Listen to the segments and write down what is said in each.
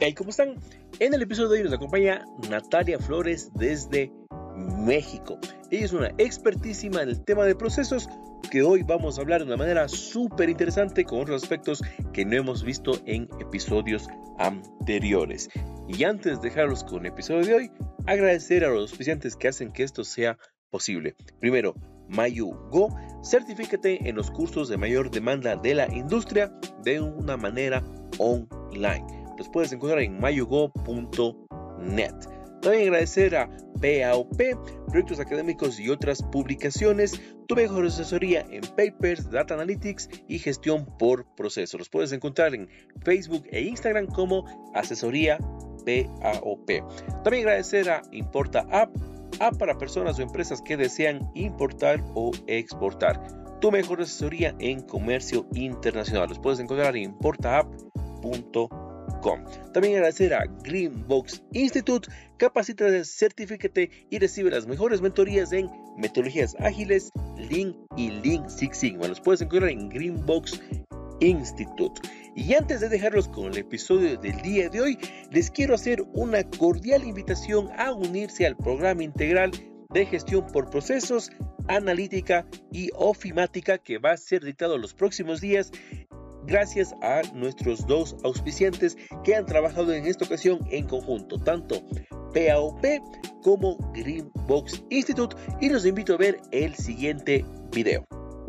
Hey, ¿cómo están? En el episodio de hoy nos acompaña Natalia Flores desde México. Ella es una expertísima en el tema de procesos que hoy vamos a hablar de una manera súper interesante con otros aspectos que no hemos visto en episodios anteriores. Y antes de dejarlos con el episodio de hoy, agradecer a los auspiciantes que hacen que esto sea posible. Primero, MayuGo, certifícate en los cursos de mayor demanda de la industria de una manera online. Los puedes encontrar en mayugo.net. También agradecer a PAOP, proyectos académicos y otras publicaciones, tu mejor asesoría en papers, data analytics y gestión por proceso. Los puedes encontrar en Facebook e Instagram como asesoría PAOP. También agradecer a Importa App para personas o empresas que desean importar o exportar. Tu mejor asesoría en comercio internacional. Los puedes encontrar en importaapp.com. También agradecer a Greenbox Institute, capacítate, certifícate y recibe las mejores mentorías en metodologías ágiles, Lean y Lean Six Sigma. Los puedes encontrar en Greenbox Institute. Y antes de dejarlos con el episodio del día de hoy, les quiero hacer una cordial invitación a unirse al programa integral de gestión por procesos, analítica y ofimática que va a ser dictado los próximos días, gracias a nuestros dos auspiciantes que han trabajado en esta ocasión en conjunto, tanto PAOP como Greenbox Institute, y los invito a ver el siguiente video.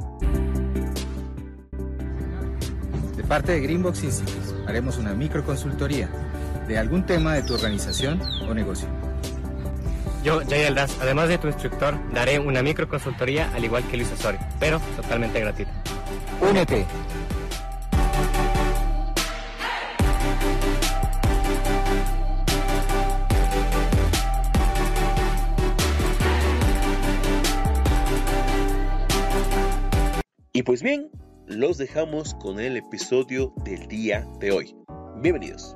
De parte de Greenbox Institute, haremos una microconsultoría de algún tema de tu organización o negocio. Yo, Jay Aldaz, además de tu instructor, daré una microconsultoría al igual que Luis Osorio, pero totalmente gratuita. ¡Únete! Y pues bien, los dejamos con el episodio del día de hoy. Bienvenidos.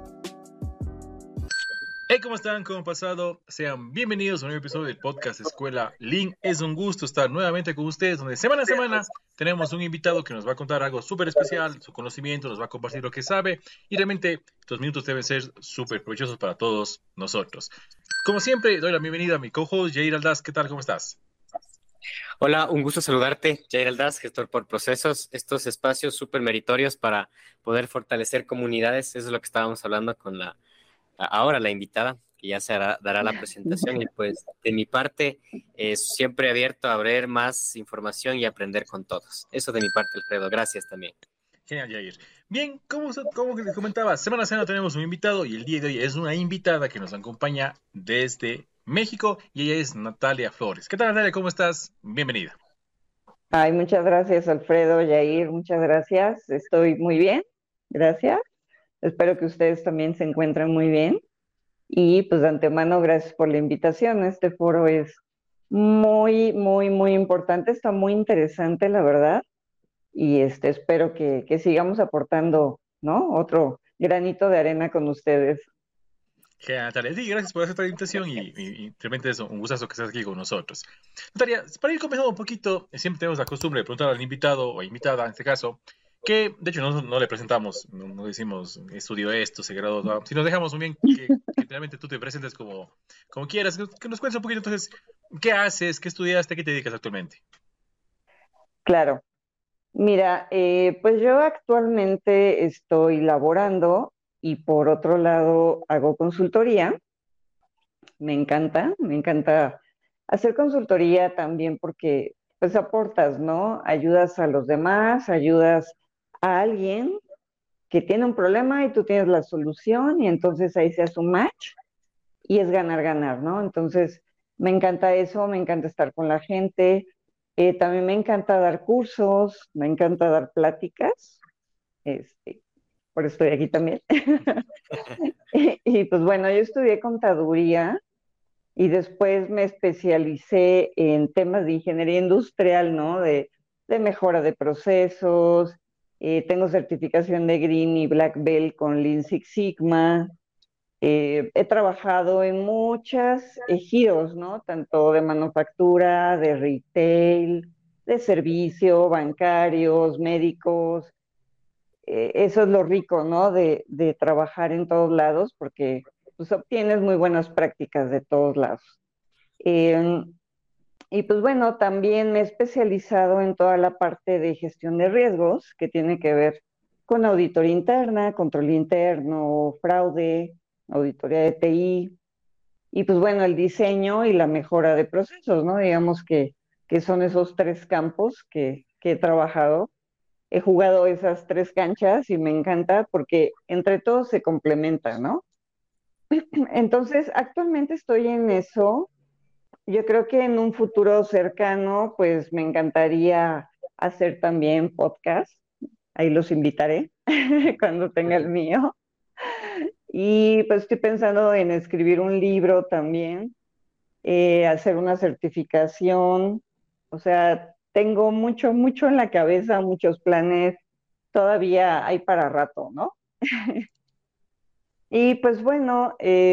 Hey, ¿cómo están? ¿Cómo han pasado? Sean bienvenidos a un nuevo episodio del podcast Escuela Lean. Es un gusto estar nuevamente con ustedes, donde semana a semana tenemos un invitado que nos va a contar algo súper especial, su conocimiento, nos va a compartir lo que sabe, y realmente estos minutos deben ser súper provechosos para todos nosotros. Como siempre, doy la bienvenida a mi co-host, Jair Aldaz. ¿Qué tal? ¿Cómo estás? Hola, un gusto saludarte, Jair Aldaz, gestor por procesos. Estos espacios súper meritorios para poder fortalecer comunidades, eso es lo que estábamos hablando con ahora la invitada, que ya dará la presentación. Y pues de mi parte, siempre abierto a ver más información y aprender con todos. Eso de mi parte, Alfredo. Gracias también. Genial, Jair. Bien, como les comentaba, semana a semana tenemos un invitado, y el día de hoy es una invitada que nos acompaña desde México, y ella es Natalia Flores. ¿Qué tal, Natalia? ¿Cómo estás? Bienvenida. Ay, muchas gracias, Alfredo, Jair, muchas gracias. Estoy muy bien, gracias. Espero que ustedes también se encuentren muy bien. Y pues de antemano, gracias por la invitación. Este foro es muy, muy, muy importante, está muy interesante, la verdad. Y espero que sigamos aportando, ¿no? Otro granito de arena con ustedes. Genial, Natalia. Sí, gracias por aceptar la invitación, y realmente es un gustazo que estés aquí con nosotros. Natalia, para ir comenzando un poquito, siempre tenemos la costumbre de preguntar al invitado o invitada, en este caso, que de hecho no le presentamos, no decimos estudió esto, se graduó, sino dejamos muy bien que realmente tú te presentes como quieras, que nos cuentes un poquito entonces qué haces, qué estudiaste, qué te dedicas actualmente. Claro. Mira, pues yo actualmente estoy laborando y por otro lado hago consultoría. Me encanta hacer consultoría también porque pues aportas, ¿no? Ayudas a los demás, ayudas a alguien que tiene un problema y tú tienes la solución y entonces ahí se hace un match y es ganar, ganar, ¿no? Entonces me encanta eso, me encanta estar con la gente, también me encanta dar cursos, me encanta dar pláticas, por eso estoy aquí también. Y pues bueno, yo estudié contaduría y después me especialicé en temas de ingeniería industrial, ¿no? De mejora de procesos, tengo certificación de Green y Black Belt con Lean Six Sigma. He trabajado en muchos giros, ¿no? Tanto de manufactura, de retail, de servicio, bancarios, médicos. eso es lo rico, ¿no? De trabajar en todos lados, porque pues obtienes muy buenas prácticas de todos lados. Eh, y pues bueno, también me he especializado en toda la parte de gestión de riesgos, que tiene que ver con auditoría interna, control interno, fraude, auditoría de TI, y pues bueno, el diseño y la mejora de procesos, ¿no? Digamos que son esos tres campos que he trabajado. He jugado esas tres canchas y me encanta porque entre todos se complementan, ¿no? Entonces, actualmente estoy en eso. Yo creo que en un futuro cercano, pues me encantaría hacer también podcast. Ahí los invitaré cuando tenga el mío. Y pues estoy pensando en escribir un libro también, hacer una certificación. O sea, tengo mucho, mucho en la cabeza, muchos planes. Todavía hay para rato, ¿no? Y pues bueno,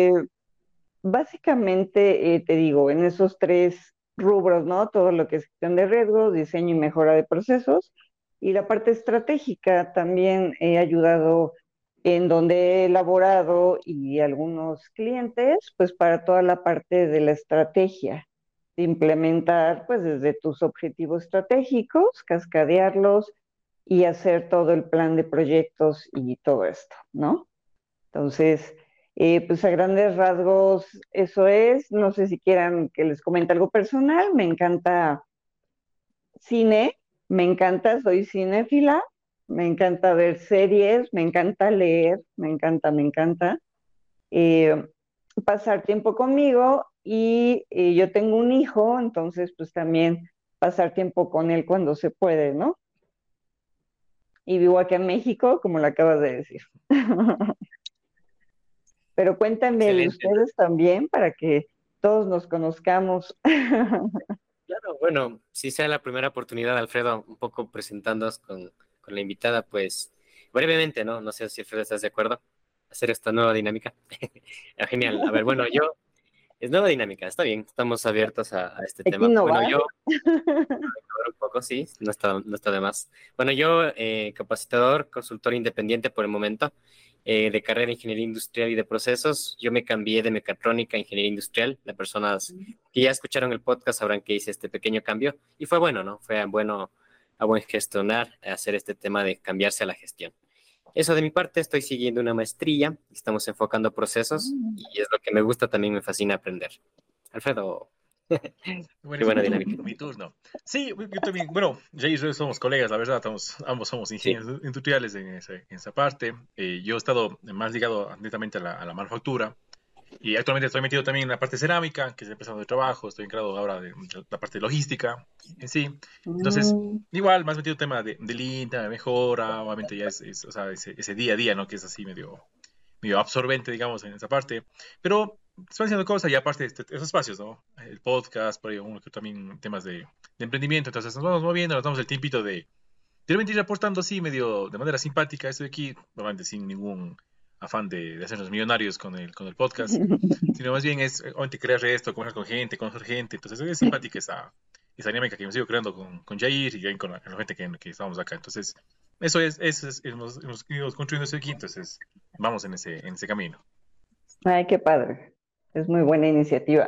básicamente te digo, en esos tres rubros, ¿no? Todo lo que es gestión de riesgos, diseño y mejora de procesos. Y la parte estratégica también he ayudado en donde he elaborado y algunos clientes, pues para toda la parte de la estrategia, de implementar, pues desde tus objetivos estratégicos, cascadearlos y hacer todo el plan de proyectos y todo esto, ¿no? Entonces, pues a grandes rasgos eso es. No sé si quieran que les comente algo personal. Me encanta cine, me encanta, soy cinéfila, me encanta ver series, me encanta leer, me encanta eh, pasar tiempo conmigo y yo tengo un hijo, entonces pues también pasar tiempo con él cuando se puede, ¿no? Y vivo aquí en México, como lo acabas de decir. Pero cuéntame de Excelente, ¿no? ustedes también para que todos nos conozcamos. Claro, bueno, si sea la primera oportunidad, Alfredo, un poco presentándonos con la invitada, pues brevemente, ¿no? No sé si Alfredo estás de acuerdo hacer esta nueva dinámica. Ah, genial. A ver, bueno, es nueva dinámica, está bien, estamos abiertos a este Hay que tema. Bueno, innovar. yo, un poco, sí, no está de más. Bueno, yo, capacitador, consultor independiente por el momento, de carrera de ingeniería industrial y de procesos. Yo me cambié de mecatrónica a ingeniería industrial. Las personas que ya escucharon el podcast sabrán que hice este pequeño cambio y fue bueno, ¿no? Fue bueno a buen gestionar hacer este tema de cambiarse a la gestión. Eso de mi parte, estoy siguiendo una maestría, estamos enfocando procesos y es lo que me gusta, también me fascina aprender. Alfredo, qué buena Buenísimo, dinámica. mi turno. Sí, yo también, bueno, Jay y yo somos colegas, la verdad, ambos somos Sí. ingenieros industriales en esa parte. Yo he estado más ligado netamente a la manufactura y actualmente estoy metido también en la parte cerámica, que es empezando de trabajo, estoy encargado ahora de la parte de logística en sí. Entonces, Mm, igual, más metido en tema de lean, tema de mejora, obviamente ya o sea, ese día a día, ¿no? Que es así medio absorbente, digamos, en esa parte. Pero están haciendo cosas y aparte esos espacios, ¿no? El podcast, por ahí uno que también temas de emprendimiento. Entonces nos vamos moviendo, nos damos el tiempito de realmente ir aportando así, medio de manera simpática, esto de aquí, obviamente sin ningún afán de hacernos millonarios con el podcast, sino más bien es obviamente crear esto, conversar con gente, conocer gente. Entonces es simpática esa dinámica que hemos ido creando con Jair y también con la gente que estamos acá. Entonces, hemos ido construyendo eso aquí, entonces vamos en ese camino. Ay, qué padre. Es muy buena iniciativa.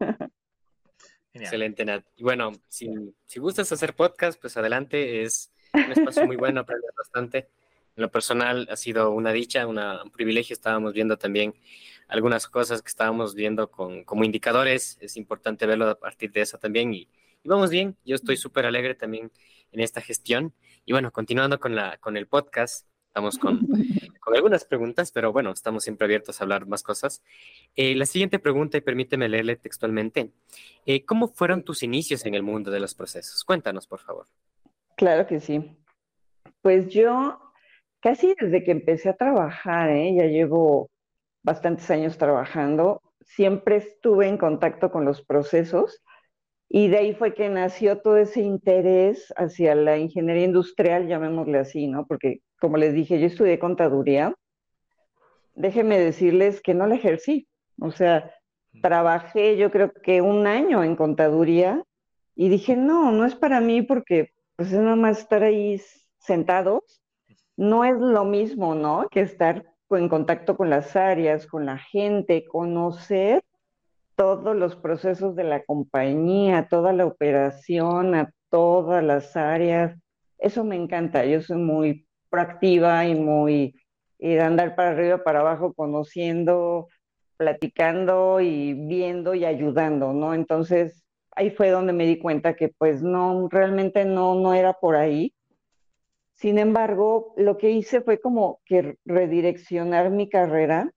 Genial. Excelente, Nat. Y bueno, si gustas hacer podcast, pues adelante, es un espacio muy bueno, aprendes bastante. En lo personal ha sido una dicha, un privilegio. Estábamos viendo también algunas cosas que estábamos viendo como indicadores. Es importante verlo a partir de eso también. Y vamos bien, yo estoy súper alegre también en esta gestión. Y bueno, continuando con el podcast, estamos con algunas preguntas, pero bueno, estamos siempre abiertos a hablar más cosas. La siguiente pregunta, y permíteme leerle textualmente. ¿Cómo fueron tus inicios en el mundo de los procesos? Cuéntanos, por favor. Claro que sí. Pues yo casi desde que empecé a trabajar, ya llevo bastantes años trabajando, siempre estuve en contacto con los procesos y de ahí fue que nació todo ese interés hacia la ingeniería industrial, llamémosle así, ¿no? Porque como les dije, yo estudié contaduría. Déjenme decirles que no la ejercí. O sea, trabajé yo creo que un año en contaduría y dije, no, no es para mí porque pues es nada más estar ahí sentados, no es lo mismo, ¿no? Que estar en contacto con las áreas, con la gente, conocer todos los procesos de la compañía, toda la operación, a todas las áreas. Eso me encanta. Yo soy muy proactiva y muy de andar para arriba, para abajo, conociendo, platicando y viendo y ayudando, ¿no? Entonces, ahí fue donde me di cuenta que pues no, realmente no era por ahí. Sin embargo, lo que hice fue como que redireccionar mi carrera.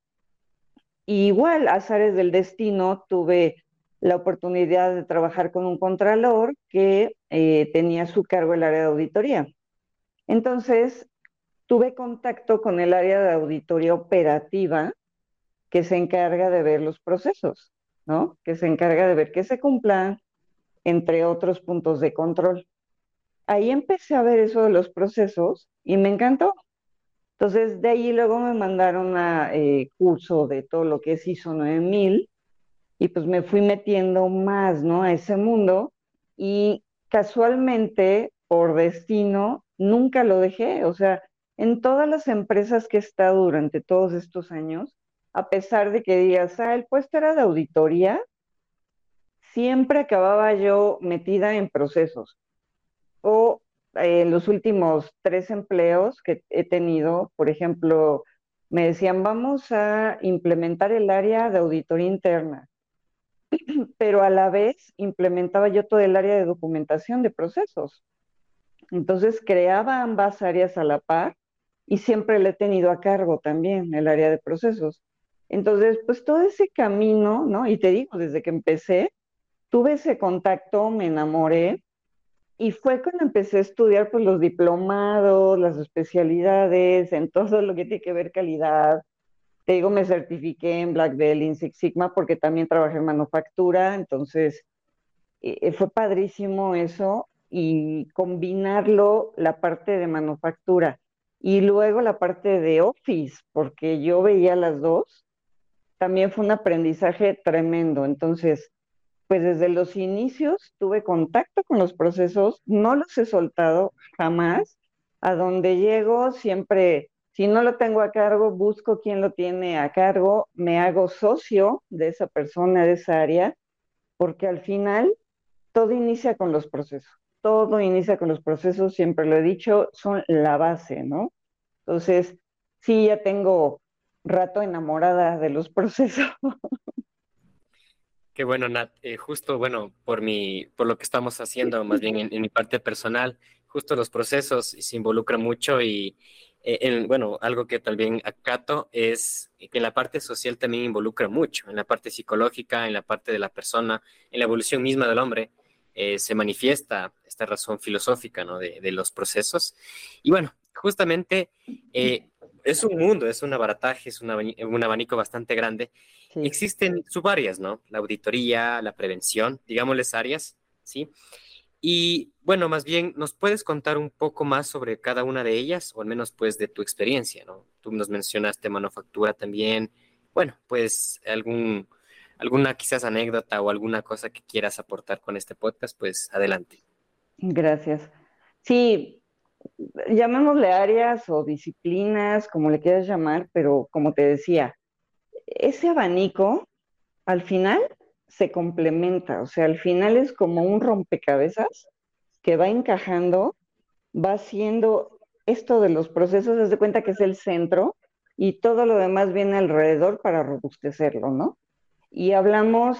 Y igual, azares del destino, tuve la oportunidad de trabajar con un contralor que tenía a su cargo el área de auditoría. Entonces, tuve contacto con el área de auditoría operativa que se encarga de ver los procesos, ¿no? Que se encarga de ver que se cumplan, entre otros puntos de control. Ahí empecé a ver eso de los procesos y me encantó. Entonces, de ahí luego me mandaron a curso de todo lo que es ISO 9000 y pues me fui metiendo más, ¿no? A ese mundo y casualmente, por destino, nunca lo dejé. O sea, en todas las empresas que he estado durante todos estos años, a pesar de que digas, el puesto era de auditoría, siempre acababa yo metida en procesos. O en los últimos 3 empleos que he tenido, por ejemplo, me decían, vamos a implementar el área de auditoría interna, pero a la vez implementaba yo todo el área de documentación de procesos. Entonces creaba ambas áreas a la par y siempre le he tenido a cargo también el área de procesos. Entonces, pues todo ese camino, ¿no? Y te digo, desde que empecé, tuve ese contacto, me enamoré y fue cuando empecé a estudiar pues los diplomados, las especialidades, en todo lo que tiene que ver calidad. Te digo, me certifiqué en Black Belt, en Six Sigma, porque también trabajé en manufactura, entonces fue padrísimo eso y combinarlo, la parte de manufactura y luego la parte de office, porque yo veía las dos, también fue un aprendizaje tremendo. Entonces, pues desde los inicios tuve contacto con los procesos, no los he soltado jamás. A donde llego, siempre, si no lo tengo a cargo, busco quién lo tiene a cargo, me hago socio de esa persona, de esa área, porque al final todo inicia con los procesos. Todo inicia con los procesos, siempre lo he dicho, son la base, ¿no? Entonces, sí, ya tengo rato enamorada de los procesos. Qué bueno, Nat. Justo, bueno, por lo que estamos haciendo, más bien en mi parte personal, justo los procesos se involucran mucho y, bueno, algo que también acato es que en la parte social también involucra mucho, en la parte psicológica, en la parte de la persona, en la evolución misma del hombre, se manifiesta esta razón filosófica, ¿no? De los procesos. Y bueno, justamente es un mundo, es un abarataje, es un abanico bastante grande. Sí. Existen subáreas, ¿no? La auditoría, la prevención, digámosles áreas, ¿sí? Y bueno, más bien, ¿nos puedes contar un poco más sobre cada una de ellas, o al menos pues de tu experiencia, ¿no? Tú nos mencionaste manufactura también. Bueno, pues alguna quizás anécdota o alguna cosa que quieras aportar con este podcast, pues adelante. Gracias. Sí, llamémosle áreas o disciplinas, como le quieras llamar, pero como te decía, ese abanico al final se complementa, o sea, al final es como un rompecabezas que va encajando, va haciendo esto de los procesos, haz de cuenta que es el centro y todo lo demás viene alrededor para robustecerlo, ¿no? Y hablamos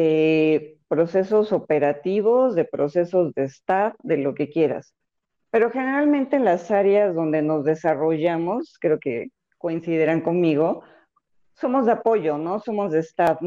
de procesos operativos, de procesos de staff, de lo que quieras. Pero generalmente en las áreas donde nos desarrollamos, creo que coincidirán conmigo, somos de apoyo, ¿no? Somos de staff,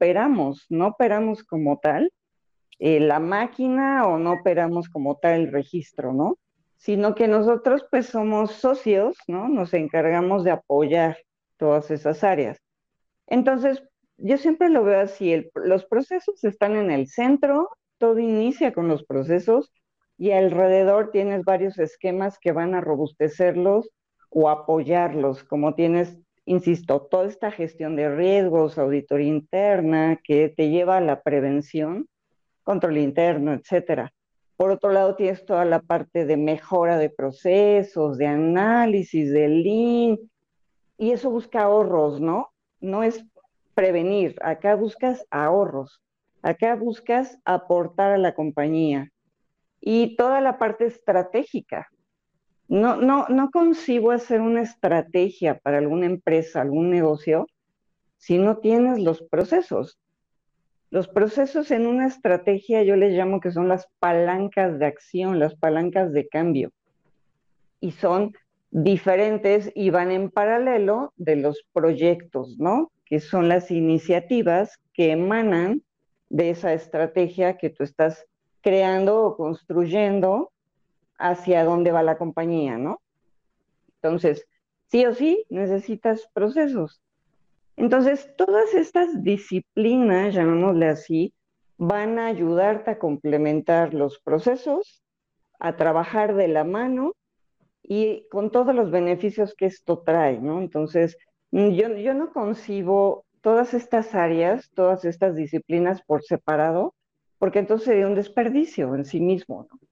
no operamos como tal la máquina o no operamos como tal el registro, ¿no? Sino que nosotros pues somos socios, ¿no? Nos encargamos de apoyar todas esas áreas. Entonces, yo siempre lo veo así, los procesos están en el centro, todo inicia con los procesos y alrededor tienes varios esquemas que van a robustecerlos o apoyarlos, como tienes, insisto, toda esta gestión de riesgos, auditoría interna que te lleva a la prevención, control interno, etcétera. Por otro lado, tienes toda la parte de mejora de procesos, de análisis, de Lean, y eso busca ahorros, ¿no? No es prevenir, acá buscas ahorros, acá buscas aportar a la compañía. Y toda la parte estratégica. No concibo hacer una estrategia para alguna empresa, algún negocio, si no tienes los procesos. Los procesos en una estrategia yo les llamo que son las palancas de acción, las palancas de cambio. Y son diferentes y van en paralelo de los proyectos, ¿no? Que son las iniciativas que emanan de esa estrategia que tú estás creando o construyendo hacia dónde va la compañía, ¿no? Entonces, sí o sí necesitas procesos. Entonces, todas estas disciplinas, llamémosle así, van a ayudarte a complementar los procesos, a trabajar de la mano y con todos los beneficios que esto trae, ¿no? Entonces, yo no concibo todas estas áreas, todas estas disciplinas por separado, porque entonces sería un desperdicio en sí mismo, ¿no?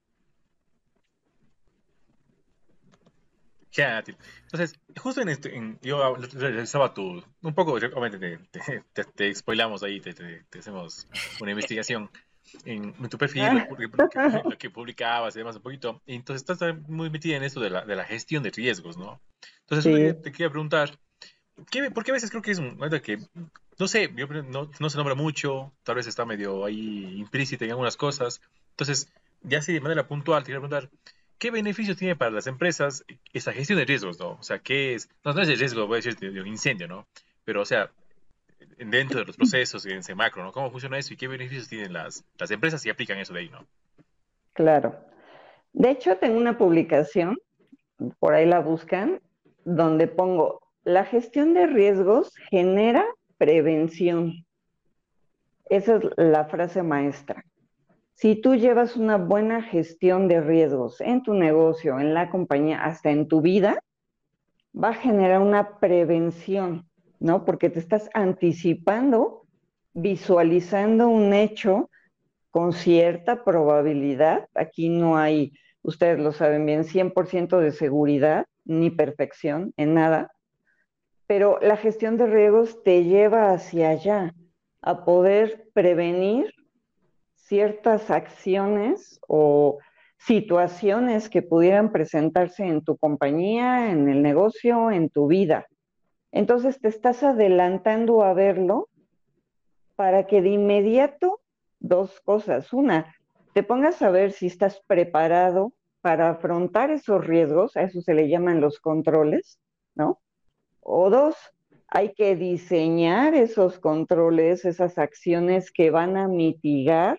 Genial. Entonces, justo yo revisaba un poco, obviamente te spoilamos ahí, te hacemos una investigación en tu perfil, lo que publicabas y demás un poquito. Y entonces estás muy metida en esto de la gestión de riesgos, ¿no? Entonces, Sí. te quería preguntar, porque a veces creo que es algo que, no sé, no se nombra mucho, tal vez está medio ahí implícita en algunas cosas. Entonces, ya así de manera puntual, te quería preguntar, ¿qué beneficios tiene para las empresas esa gestión de riesgos, ¿no? O sea, ¿qué es? No es el riesgo, voy a decir, de un incendio, ¿no? Pero, o sea, dentro de los procesos, en ese macro, ¿no? ¿Cómo funciona eso y qué beneficios tienen las empresas si aplican eso de ahí, ¿no? Claro. De hecho, tengo una publicación, por ahí la buscan, donde pongo, la gestión de riesgos genera prevención. Esa es la frase maestra. Si tú llevas una buena gestión de riesgos en tu negocio, en la compañía, hasta en tu vida, va a generar una prevención, ¿no? Porque te estás anticipando, visualizando un hecho con cierta probabilidad. Aquí no hay, ustedes lo saben bien, 100% de seguridad ni perfección en nada, pero la gestión de riesgos te lleva hacia allá, a poder prevenir ciertas acciones o situaciones que pudieran presentarse en tu compañía, en el negocio, en tu vida. Entonces te estás adelantando a verlo para que de inmediato dos cosas. Una, te pongas a ver si estás preparado para afrontar esos riesgos, a eso se le llaman los controles, ¿no? O dos, hay que diseñar esos controles, esas acciones que van a mitigar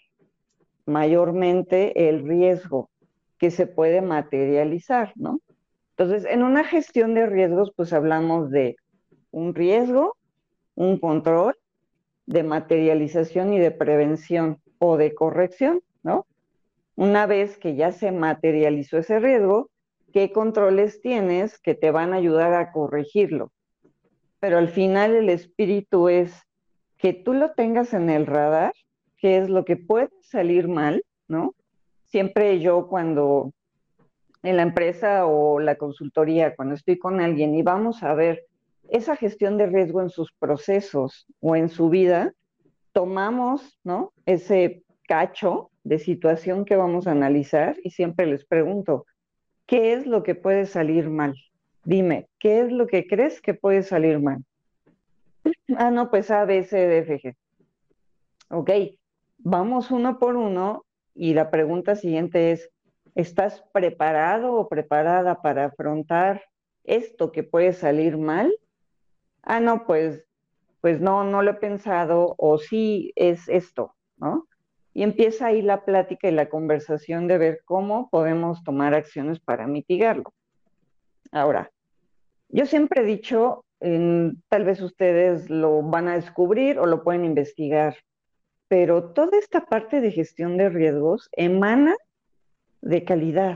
mayormente el riesgo que se puede materializar, ¿no? Entonces, en una gestión de riesgos, pues hablamos de un riesgo, un control, de materialización y de prevención o de corrección, ¿no? Una vez que ya se materializó ese riesgo, ¿qué controles tienes que te van a ayudar a corregirlo? Pero al final el espíritu es que tú lo tengas en el radar, qué es lo que puede salir mal, ¿no? Siempre yo cuando en la empresa o la consultoría, cuando estoy con alguien y vamos a ver esa gestión de riesgo en sus procesos o en su vida, tomamos, ¿no? Ese cacho de situación que vamos a analizar y siempre les pregunto, ¿qué es lo que puede salir mal? Dime, ¿qué es lo que crees que puede salir mal? Ah, no, pues A, B, C, D, F, G. Ok, vamos uno por uno y la pregunta siguiente es, ¿estás preparado o preparada para afrontar esto que puede salir mal? Ah, no, pues no lo he pensado o sí es esto, ¿no? Y empieza ahí la plática y la conversación de ver cómo podemos tomar acciones para mitigarlo. Ahora, yo siempre he dicho, tal vez ustedes lo van a descubrir o lo pueden investigar, pero toda esta parte de gestión de riesgos emana de calidad.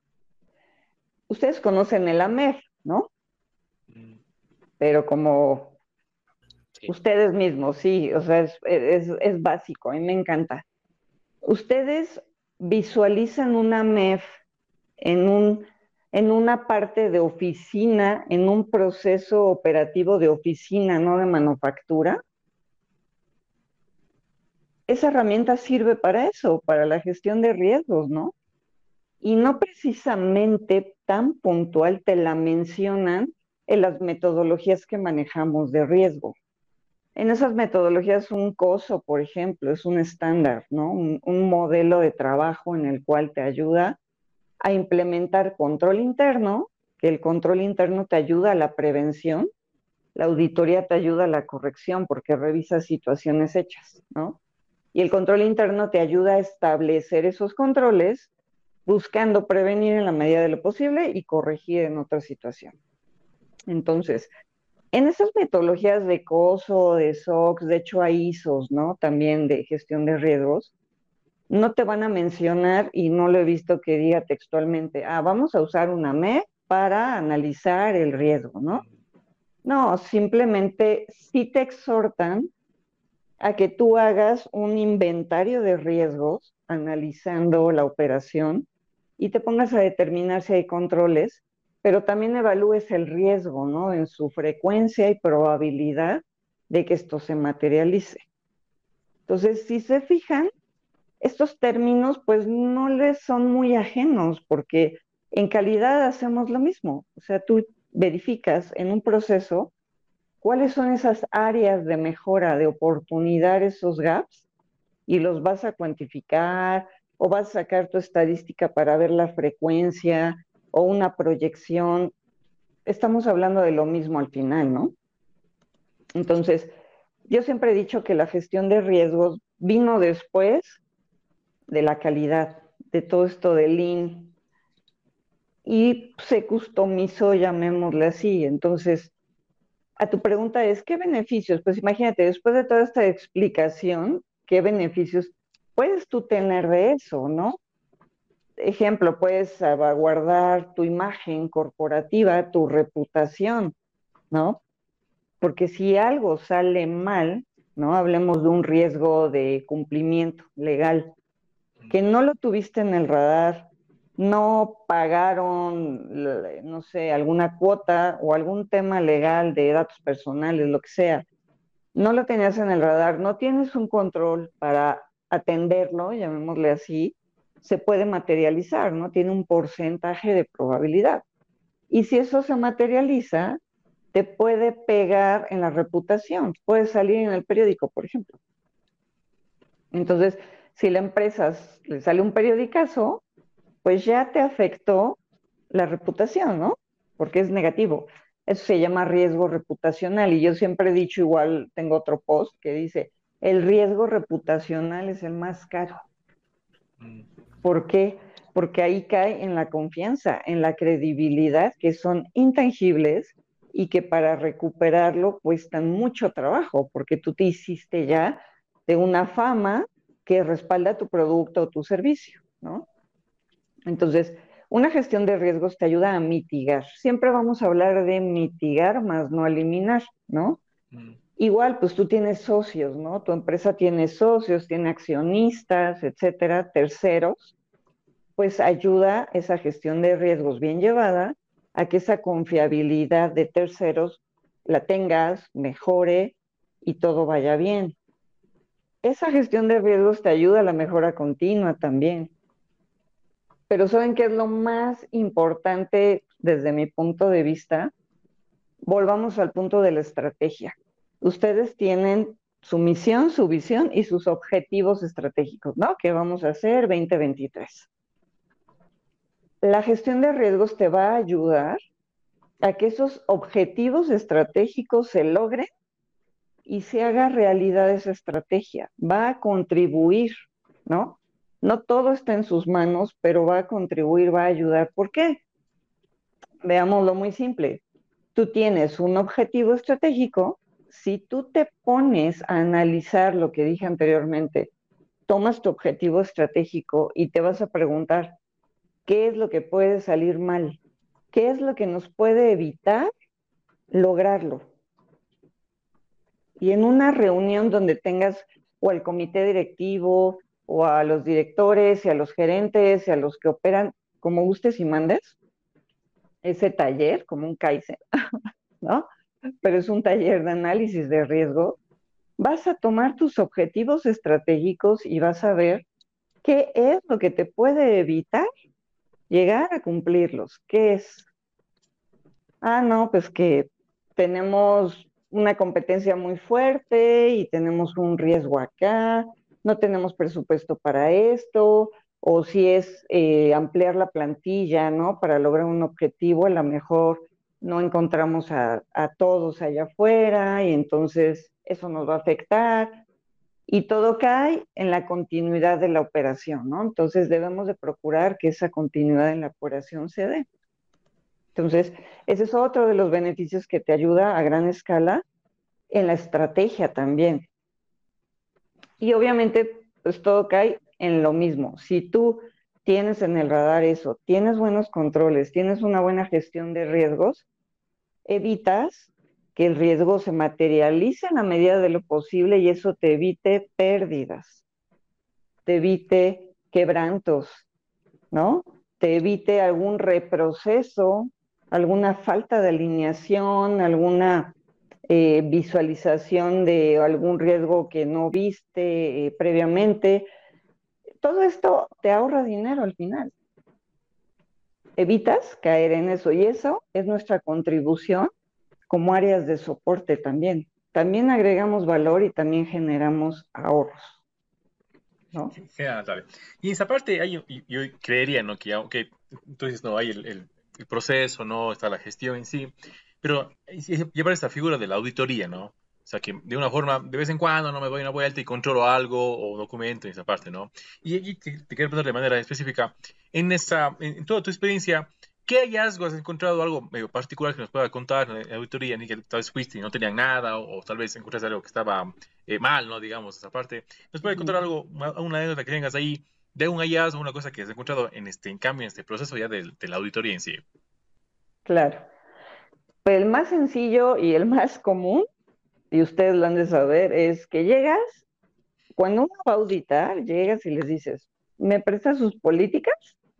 Ustedes conocen el AMER, ¿no? Pero como Sí. ustedes mismos, sí, o sea, es básico, a mí me encanta. Ustedes visualizan una MEF en una parte de oficina, en un proceso operativo de oficina, no de manufactura, esa herramienta sirve para eso, para la gestión de riesgos, ¿no? Y no precisamente tan puntual te la mencionan en las metodologías que manejamos de riesgo. En esas metodologías un COSO, por ejemplo, es un estándar, ¿no? Un modelo de trabajo en el cual te ayuda a implementar control interno, que el control interno te ayuda a la prevención, la auditoría te ayuda a la corrección porque revisa situaciones hechas, ¿no? Y el control interno te ayuda a establecer esos controles buscando prevenir en la medida de lo posible y corregir en otra situación. Entonces, en esas metodologías de COSO, de SOX, de hecho hay ISOs, ¿no? También de gestión de riesgos, no te van a mencionar, y no lo he visto que diga textualmente, vamos a usar una MEP para analizar el riesgo, ¿no? No, simplemente sí te exhortan a que tú hagas un inventario de riesgos analizando la operación y te pongas a determinar si hay controles, pero también evalúes el riesgo, ¿no? En su frecuencia y probabilidad de que esto se materialice. Entonces, si se fijan, estos términos pues no les son muy ajenos porque en calidad hacemos lo mismo. O sea, tú verificas en un proceso cuáles son esas áreas de mejora, de oportunidad, esos gaps, y los vas a cuantificar o vas a sacar tu estadística para ver la frecuencia o una proyección. Estamos hablando de lo mismo al final, ¿no? Entonces, yo siempre he dicho que la gestión de riesgos vino después de la calidad, de todo esto de Lean, y se customizó, llamémosle así. Entonces, a tu pregunta es, ¿qué beneficios? Pues imagínate, después de toda esta explicación, ¿qué beneficios puedes tú tener de eso, no? Ejemplo, puedes salvaguardar tu imagen corporativa, tu reputación, ¿no? Porque si algo sale mal, ¿no? Hablemos de un riesgo de cumplimiento legal, que no lo tuviste en el radar, no pagaron, no sé, alguna cuota o algún tema legal de datos personales, lo que sea, no lo tenías en el radar, no tienes un control para atenderlo, llamémosle así, se puede materializar, ¿no? Tiene un porcentaje de probabilidad. Y si eso se materializa, te puede pegar en la reputación, puede salir en el periódico, por ejemplo. Entonces, si la empresa le sale un periodicazo, pues ya te afectó la reputación, ¿no? Porque es negativo. Eso se llama riesgo reputacional y yo siempre he dicho, igual tengo otro post que dice, el riesgo reputacional es el más caro. ¿Por qué? Porque ahí cae en la confianza, en la credibilidad, que son intangibles y que para recuperarlo cuestan mucho trabajo, porque tú te hiciste ya de una fama que respalda tu producto o tu servicio, ¿no? Entonces, una gestión de riesgos te ayuda a mitigar. Siempre vamos a hablar de mitigar más no eliminar, ¿no? Igual, pues tú tienes socios, ¿no? Tu empresa tiene socios, tiene accionistas, etcétera, terceros. Pues ayuda esa gestión de riesgos bien llevada a que esa confiabilidad de terceros la tengas, mejore y todo vaya bien. Esa gestión de riesgos te ayuda a la mejora continua también. Pero ¿saben qué es lo más importante desde mi punto de vista? Volvamos al punto de la estrategia. Ustedes tienen su misión, su visión y sus objetivos estratégicos, ¿no? ¿Qué vamos a hacer 2023? La gestión de riesgos te va a ayudar a que esos objetivos estratégicos se logren y se haga realidad esa estrategia. Va a contribuir, ¿no? No todo está en sus manos, pero va a contribuir, va a ayudar. ¿Por qué? Veámoslo muy simple. Tú tienes un objetivo estratégico. Si tú te pones a analizar lo que dije anteriormente, tomas tu objetivo estratégico y te vas a preguntar, ¿qué es lo que puede salir mal? ¿Qué es lo que nos puede evitar lograrlo? Y en una reunión donde tengas o el comité directivo o a los directores y a los gerentes y a los que operan, como gustes y mandes, ese taller, como un Kaizen, ¿no? Pero es un taller de análisis de riesgo. Vas a tomar tus objetivos estratégicos y vas a ver qué es lo que te puede evitar llegar a cumplirlos. ¿Qué es? No, pues que tenemos una competencia muy fuerte y tenemos un riesgo acá, no tenemos presupuesto para esto, o si es ampliar la plantilla, ¿no? Para lograr un objetivo, a lo mejor no encontramos a todos allá afuera y entonces eso nos va a afectar. Y todo cae en la continuidad de la operación, ¿no? Entonces debemos de procurar que esa continuidad en la operación se dé. Entonces, ese es otro de los beneficios que te ayuda a gran escala en la estrategia también. Y obviamente, pues todo cae en lo mismo. Si tú tienes en el radar eso, tienes buenos controles, tienes una buena gestión de riesgos, evitas que el riesgo se materialice en la medida de lo posible y eso te evite pérdidas, te evite quebrantos, ¿no? Te evite algún reproceso, alguna falta de alineación, alguna visualización de algún riesgo que no viste previamente. Todo esto te ahorra dinero al final. Evitas caer en eso y eso es nuestra contribución como áreas de soporte también. También agregamos valor y también generamos ahorros, ¿no? Genial, Natalia. Y en esa parte, yo creería, ¿no? Que aunque tú dices, no, hay el proceso, ¿no? Está la gestión en sí, pero llevar esta figura de la auditoría, ¿no? O sea, que de una forma, de vez en cuando, no me doy una vuelta y controlo algo o documento en esa parte, ¿no? Y te quiero preguntar de manera específica, en toda tu experiencia, ¿qué hallazgos has encontrado algo medio particular que nos pueda contar en la auditoría? Ni que tal vez fuiste y no tenían nada, o tal vez encontraste algo que estaba mal, ¿no? Digamos, esa parte. ¿Nos puede contar algo, una anécdota que tengas ahí de un hallazgo, una cosa que has encontrado en cambio, en este proceso ya de la auditoría en sí? Claro. Pues el más sencillo y el más común, y ustedes lo han de saber, es que llegas, cuando uno va a auditar, llegas y les dices, ¿me presta sus políticas?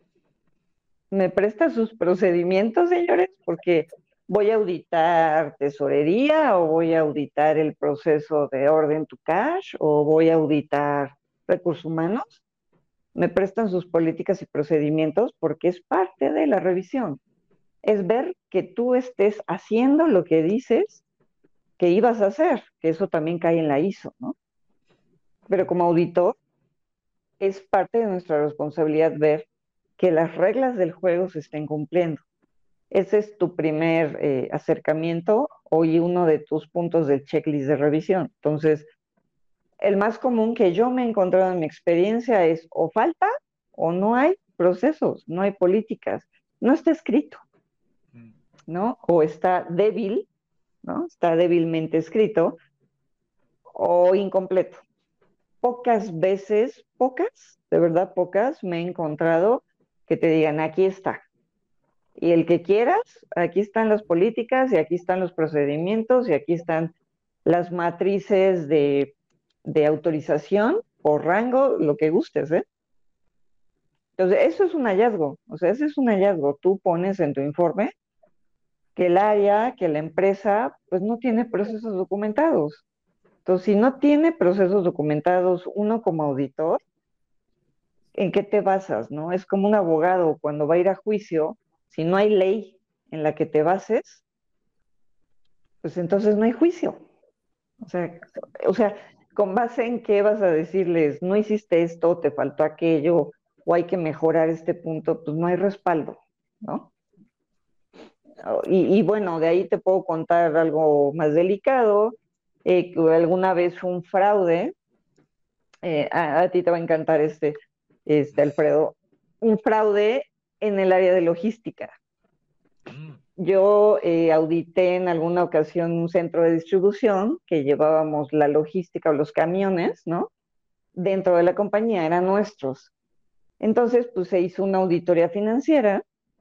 ¿Me presta sus procedimientos, señores? Porque voy a auditar tesorería o voy a auditar el proceso de orden to cash o voy a auditar recursos humanos. Me prestan sus políticas y procedimientos porque es parte de la revisión. Es ver que tú estés haciendo lo que dices que ibas a hacer, que eso también cae en la ISO, ¿no? Pero como auditor, es parte de nuestra responsabilidad ver que las reglas del juego se estén cumpliendo. Ese es tu primer acercamiento y uno de tus puntos del checklist de revisión. Entonces, el más común que yo me he encontrado en mi experiencia es o falta o no hay procesos, no hay políticas, no está escrito, ¿no? O está débil, ¿no? Está débilmente escrito o incompleto. Pocas veces, pocas, de verdad pocas, me he encontrado que te digan, aquí está. Y el que quieras, aquí están las políticas y aquí están los procedimientos y aquí están las matrices de autorización por rango, lo que gustes, ¿eh? Entonces, eso es un hallazgo, o sea, ese es un hallazgo. Tú pones en tu informe que el área, que la empresa, pues no tiene procesos documentados. Entonces, si no tiene procesos documentados, uno como auditor, ¿en qué te basas, no? Es como un abogado cuando va a ir a juicio, si no hay ley en la que te bases, pues entonces no hay juicio. O sea, ¿con base en qué vas a decirles, no hiciste esto, te faltó aquello, o hay que mejorar este punto? Pues no hay respaldo, ¿no? Y bueno, de ahí te puedo contar algo más delicado, que alguna vez fue un fraude, a ti te va a encantar Alfredo, un fraude en el área de logística. Yo audité en alguna ocasión un centro de distribución que llevábamos la logística o los camiones, ¿no? Dentro de la compañía, eran nuestros. Entonces, pues se hizo una auditoría financiera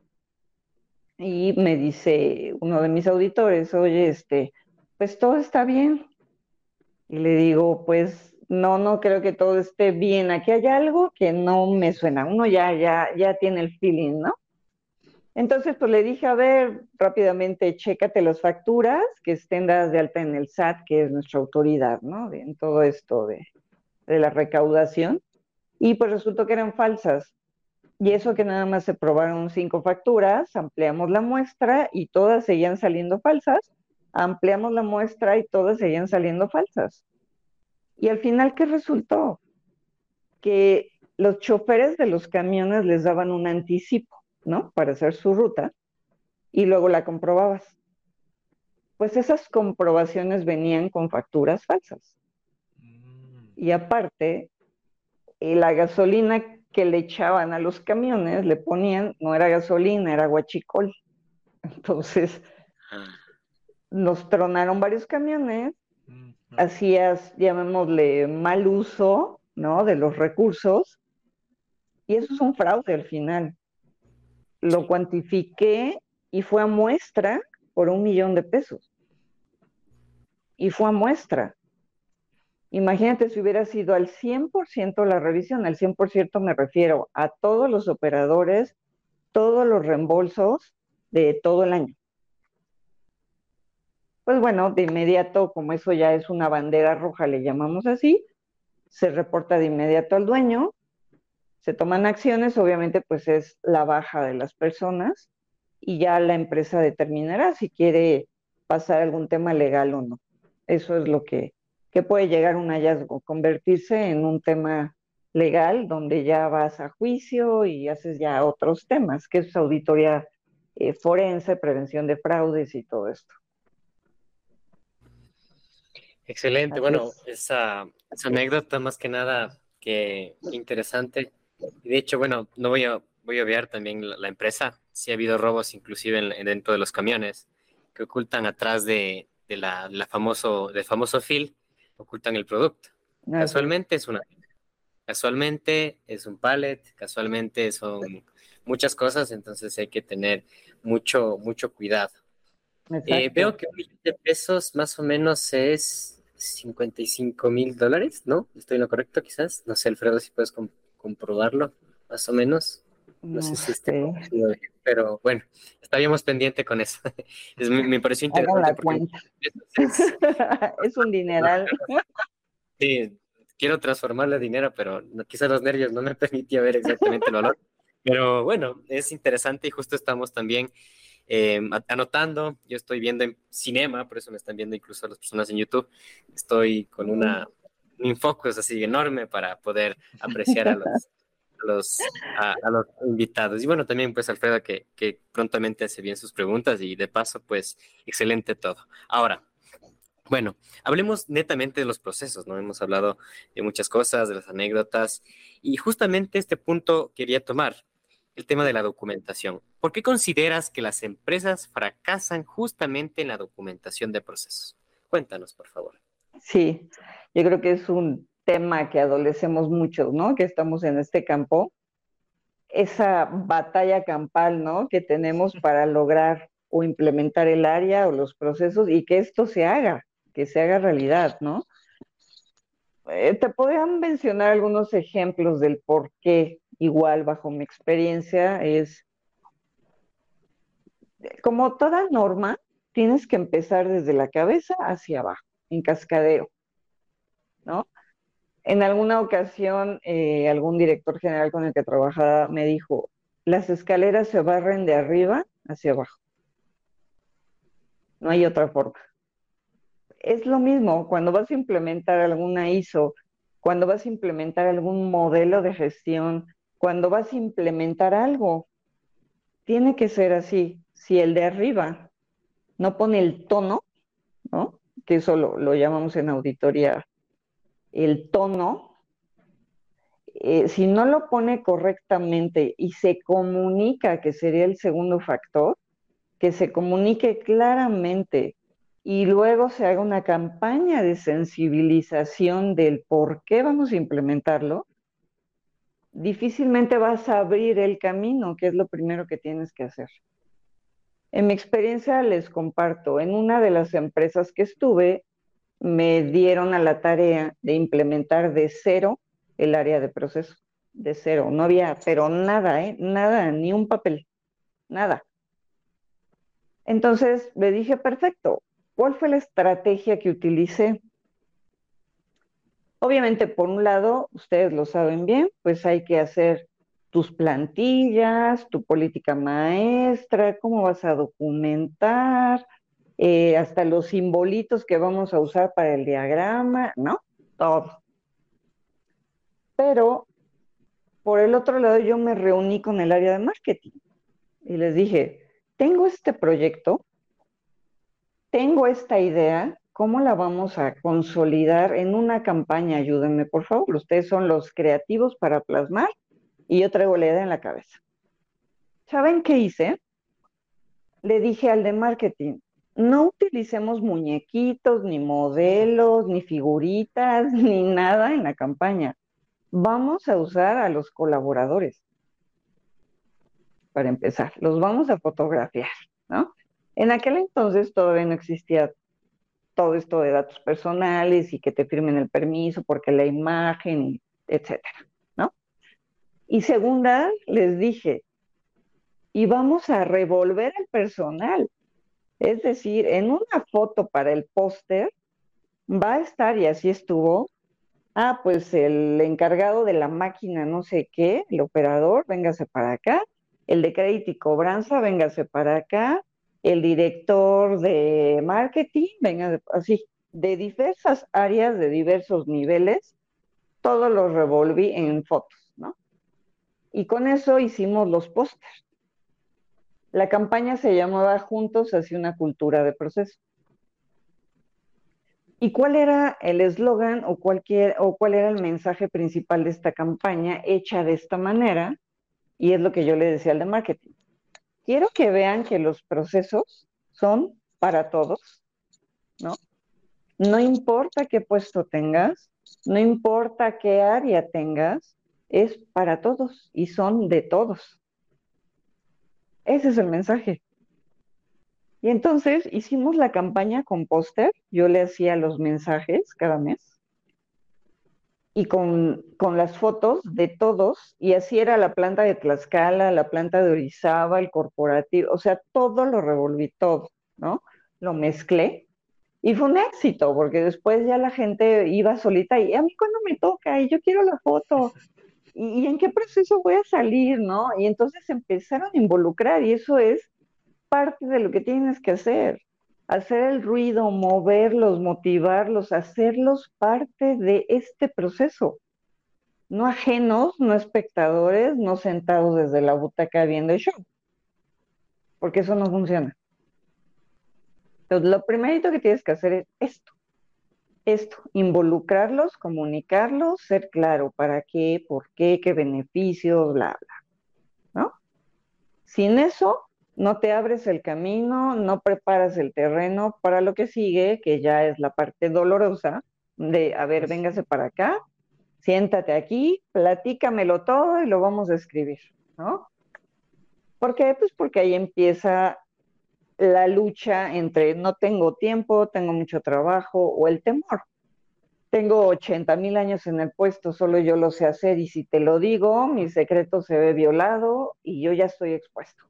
y me dice uno de mis auditores, oye, pues todo está bien. Y le digo, pues no creo que todo esté bien. Aquí hay algo que no me suena. Uno ya tiene el feeling, ¿no? Entonces, pues le dije, a ver, rápidamente, chécate las facturas que estén dadas de alta en el SAT, que es nuestra autoridad, ¿no? En todo esto de la recaudación. Y pues resultó que eran falsas. Y eso que nada más se probaron 5 facturas, ampliamos la muestra y todas seguían saliendo falsas. Ampliamos la muestra y todas seguían saliendo falsas. Y al final, ¿qué resultó? Que los choferes de los camiones les daban un anticipo, ¿no? Para hacer su ruta y luego la comprobabas. Pues esas comprobaciones venían con facturas falsas. Y aparte, la gasolina que le echaban a los camiones, le ponían, no era gasolina, era guachicol. Entonces, nos tronaron varios camiones, hacías, llamémosle, mal uso, ¿no? De los recursos, y eso es un fraude al final. Lo cuantifiqué y fue a muestra por $1,000,000. Y fue a muestra. Imagínate si hubiera sido al 100% la revisión. Al 100% me refiero a todos los operadores, todos los reembolsos de todo el año. Pues bueno, de inmediato, como eso ya es una bandera roja, le llamamos así, se reporta de inmediato al dueño, se toman acciones, obviamente pues es la baja de las personas y ya la empresa determinará si quiere pasar algún tema legal o no. Eso es lo que puede llegar a un hallazgo, convertirse en un tema legal donde ya vas a juicio y haces ya otros temas, que es auditoría forense, prevención de fraudes y todo esto. Excelente. Así Bueno, es. esa anécdota más que nada que interesante. Y de hecho, bueno, no voy a obviar también la empresa. Sí ha habido robos inclusive dentro de los camiones que ocultan atrás del famoso fill, ocultan el producto. Así es. Casualmente es un pallet, casualmente son muchas cosas, entonces hay que tener mucho cuidado. Veo Exacto. que $1,000,000 más o menos es $55,000, ¿no? ¿Estoy en lo correcto quizás? No sé, Alfredo, si puedes comprobarlo, más o menos. No No sé si sé. pero bueno, estaríamos pendiente con eso. Me pareció Hagan interesante la porque cuenta. es, Es un dineral. sí, quiero transformarle a dinero, pero quizás los nervios no me permitía ver exactamente el valor. Pero bueno, es interesante y justo estamos también anotando. Yo estoy viendo en cinema, por eso me están viendo incluso las personas en YouTube. Estoy con un infocus así enorme para poder apreciar a los invitados. Y bueno, también pues Alfredo que prontamente hace bien sus preguntas y de paso pues excelente todo. Ahora, bueno, hablemos netamente de los procesos, ¿no? Hemos hablado de muchas cosas, de las anécdotas, y justamente este punto quería tomar, el tema de la documentación. ¿Por qué consideras que las empresas fracasan justamente en la documentación de procesos? Cuéntanos, por favor. Sí, yo creo que es un tema que adolecemos mucho, ¿no? Que estamos en este campo. Esa batalla campal, ¿no? Que tenemos para lograr o implementar el área o los procesos y que esto se haga, que se haga realidad, ¿no? Te podrían mencionar algunos ejemplos del por qué, igual bajo mi experiencia, es como toda norma, tienes que empezar desde la cabeza hacia abajo, en cascadeo, ¿no? En alguna ocasión, algún director general con el que trabajaba me dijo, las escaleras se barren de arriba hacia abajo. No hay otra forma. Es lo mismo cuando vas a implementar alguna ISO, cuando vas a implementar algún modelo de gestión, cuando vas a implementar algo, tiene que ser así. Si el de arriba no pone el tono, ¿no? Que eso lo llamamos en auditoría el tono, si no lo pone correctamente y se comunica, que sería el segundo factor, que se comunique claramente y luego se haga una campaña de sensibilización del por qué vamos a implementarlo, difícilmente vas a abrir el camino, que es lo primero que tienes que hacer. En mi experiencia les comparto, en una de las empresas que estuve, me dieron a la tarea de implementar de cero el área de proceso, de cero. No había, pero nada, nada, ni un papel, nada. Entonces le dije, perfecto, ¿cuál fue la estrategia que utilicé? Obviamente, por un lado, ustedes lo saben bien, pues hay que hacer tus plantillas, tu política maestra, cómo vas a documentar, hasta los simbolitos que vamos a usar para el diagrama, ¿no? Todo. Pero por el otro lado, yo me reuní con el área de marketing y les dije, tengo este proyecto, tengo esta idea, ¿cómo la vamos a consolidar en una campaña? Ayúdenme, por favor. Ustedes son los creativos para plasmar y yo traigo la idea en la cabeza. ¿Saben qué hice? Le dije al de marketing, no utilicemos muñequitos, ni modelos, ni figuritas, ni nada en la campaña. Vamos a usar a los colaboradores. Para empezar, los vamos a fotografiar, ¿no? En aquel entonces todavía no existía todo esto de datos personales y que te firmen el permiso porque la imagen, etcétera, ¿no? Y segunda, les dije, y vamos a revolver el personal. Es decir, en una foto para el póster va a estar, y así estuvo, pues el encargado de la máquina no sé qué, el operador, véngase para acá, el de crédito y cobranza, véngase para acá, el director de marketing, venga, así, de diversas áreas, de diversos niveles, todos los revolví en fotos, ¿no? Y con eso hicimos los pósters. La campaña se llamaba Juntos hacia una cultura de proceso. ¿Y cuál era el eslogan o cuál era el mensaje principal de esta campaña hecha de esta manera? Y es lo que yo le decía al de marketing. Quiero que vean que los procesos son para todos, ¿no? No importa qué puesto tengas, no importa qué área tengas, es para todos y son de todos. Ese es el mensaje. Y entonces hicimos la campaña con póster, yo le hacía los mensajes cada mes y con las fotos de todos, y así era la planta de Tlaxcala, la planta de Orizaba, el corporativo, o sea, todo lo revolví, todo, ¿no? Lo mezclé y fue un éxito, porque después ya la gente iba solita y a mí cuando me toca y yo quiero la foto, y en qué proceso voy a salir, ¿no? Y entonces empezaron a involucrar y eso es parte de lo que tienes que hacer el ruido, moverlos, motivarlos, hacerlos parte de este proceso, no ajenos, no espectadores, no sentados desde la butaca viendo el show, porque eso no funciona. Entonces, lo primerito que tienes que hacer es esto, involucrarlos, comunicarlos, ser claro, para qué, por qué beneficios, bla, bla, ¿no? Sin eso, no te abres el camino, no preparas el terreno para lo que sigue, que ya es la parte dolorosa de, a ver, véngase para acá, siéntate aquí, platícamelo todo y lo vamos a escribir, ¿no? ¿Por qué? Pues porque ahí empieza la lucha entre no tengo tiempo, tengo mucho trabajo o el temor. Tengo 80,000 años en el puesto, solo yo lo sé hacer y si te lo digo, mi secreto se ve violado y yo ya estoy expuesto.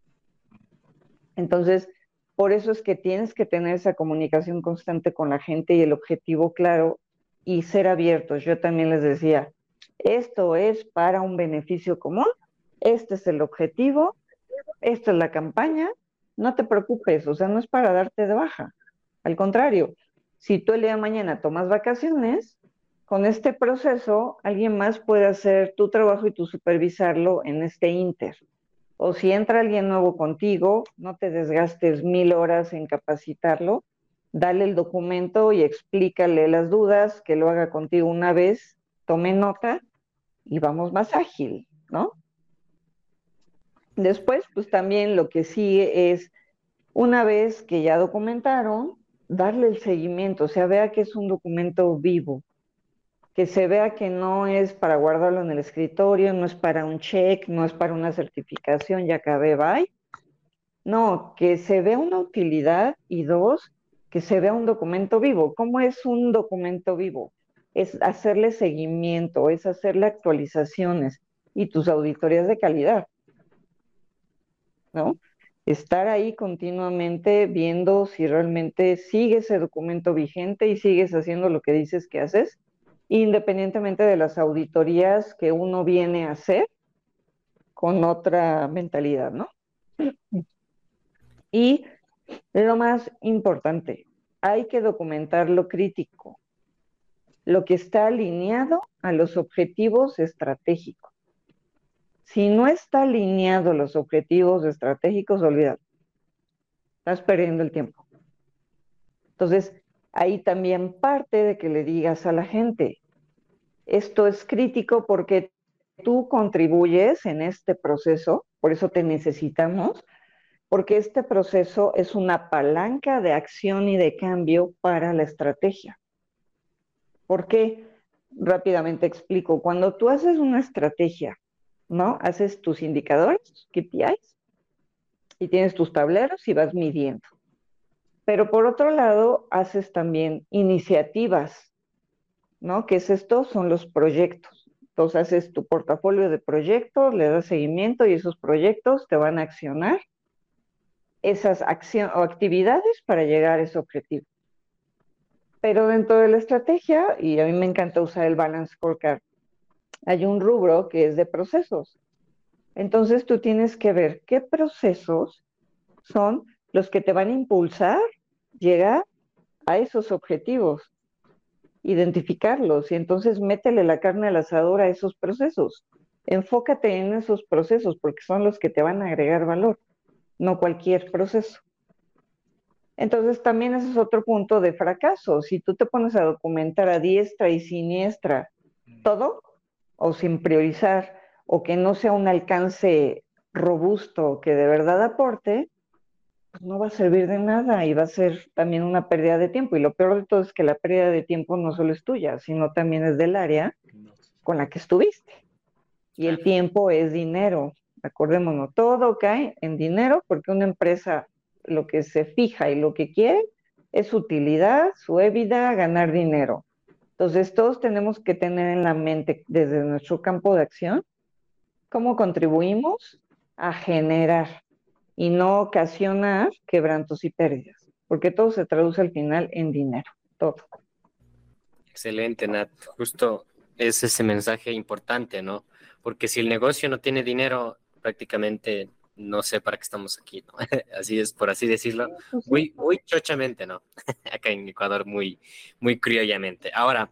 Entonces, por eso es que tienes que tener esa comunicación constante con la gente y el objetivo claro y ser abiertos. Yo también les decía, esto es para un beneficio común, este es el objetivo, esta es la campaña, no te preocupes, o sea, no es para darte de baja. Al contrario, si tú el día de mañana tomas vacaciones, con este proceso alguien más puede hacer tu trabajo y tú supervisarlo en este inter. O si entra alguien nuevo contigo, no te desgastes 1,000 horas en capacitarlo, dale el documento y explícale las dudas, que lo haga contigo una vez, tome nota y vamos más ágil, ¿no? Después, pues también lo que sigue es, una vez que ya documentaron, darle el seguimiento, o sea, vea que es un documento vivo, que se vea que no es para guardarlo en el escritorio, no es para un check, no es para una certificación, ya acabé, bye. No, que se vea una utilidad y dos, que se vea un documento vivo. ¿Cómo es un documento vivo? Es hacerle seguimiento, es hacerle actualizaciones y tus auditorías de calidad, ¿no? Estar ahí continuamente viendo si realmente sigue ese documento vigente y sigues haciendo lo que dices que haces, independientemente de las auditorías que uno viene a hacer con otra mentalidad, ¿no? Y lo más importante, hay que documentar lo crítico, lo que está alineado a los objetivos estratégicos. Si no está alineado a los objetivos estratégicos, olvídalo. Estás perdiendo el tiempo. Entonces, ahí también parte de que le digas a la gente, esto es crítico porque tú contribuyes en este proceso, por eso te necesitamos, porque este proceso es una palanca de acción y de cambio para la estrategia. ¿Por qué? Rápidamente explico. Cuando tú haces una estrategia, ¿no? Haces tus indicadores, KPIs, y tienes tus tableros y vas midiendo. Pero por otro lado, haces también iniciativas, ¿no? ¿Qué es esto? Son los proyectos. Entonces haces tu portafolio de proyectos, le das seguimiento y esos proyectos te van a accionar esas acciones o actividades para llegar a ese objetivo. Pero dentro de la estrategia, y a mí me encanta usar el Balance Scorecard, hay un rubro que es de procesos. Entonces tú tienes que ver qué procesos son los que te van a impulsar llegar a esos objetivos, identificarlos y entonces métele la carne al asador a esos procesos. Enfócate en esos procesos porque son los que te van a agregar valor, no cualquier proceso. Entonces también ese es otro punto de fracaso. Si tú te pones a documentar a diestra y siniestra todo, o sin priorizar, o que no sea un alcance robusto que de verdad aporte, pues no va a servir de nada y va a ser también una pérdida de tiempo. Y lo peor de todo es que la pérdida de tiempo no solo es tuya, sino también es del área con la que estuviste. Y el tiempo es dinero. Acordémonos, todo cae en dinero porque una empresa lo que se fija y lo que quiere es su utilidad, su EBITDA, ganar dinero. Entonces todos tenemos que tener en la mente desde nuestro campo de acción cómo contribuimos a generar y no ocasionar quebrantos y pérdidas, porque todo se traduce al final en dinero, todo. Excelente, Nat. Justo es ese mensaje importante, ¿no? Porque si el negocio no tiene dinero, prácticamente no sé para qué estamos aquí, ¿no? Así es, por así decirlo, muy chochamente, ¿no? Acá en Ecuador, muy criollamente. Ahora,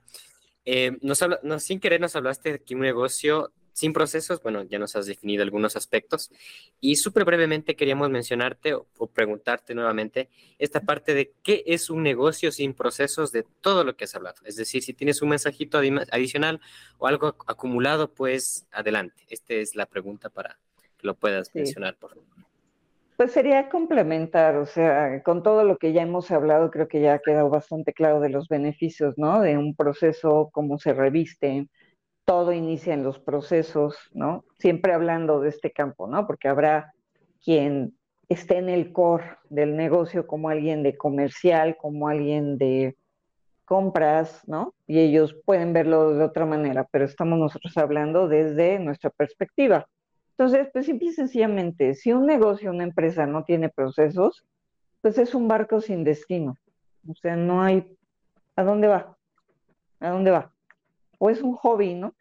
sin querer nos hablaste de que un negocio sin procesos, bueno, ya nos has definido algunos aspectos y súper brevemente queríamos mencionarte o preguntarte nuevamente esta parte de qué es un negocio sin procesos de todo lo que has hablado. Es decir, si tienes un mensajito adicional o algo acumulado, pues adelante. Esta es la pregunta para que lo puedas mencionar, por favor. Pues sería complementar, o sea, con todo lo que ya hemos hablado, creo que ya ha quedado bastante claro de los beneficios, ¿no? De un proceso, cómo se reviste, todo inicia en los procesos, ¿no? Siempre hablando de este campo, ¿no? Porque habrá quien esté en el core del negocio como alguien de comercial, como alguien de compras, ¿no? Y ellos pueden verlo de otra manera, pero estamos nosotros hablando desde nuestra perspectiva. Entonces, pues simple y sencillamente, si un negocio, una empresa no tiene procesos, pues es un barco sin destino. O sea, no hay, ¿a dónde va? ¿A dónde va? O es un hobby, ¿no?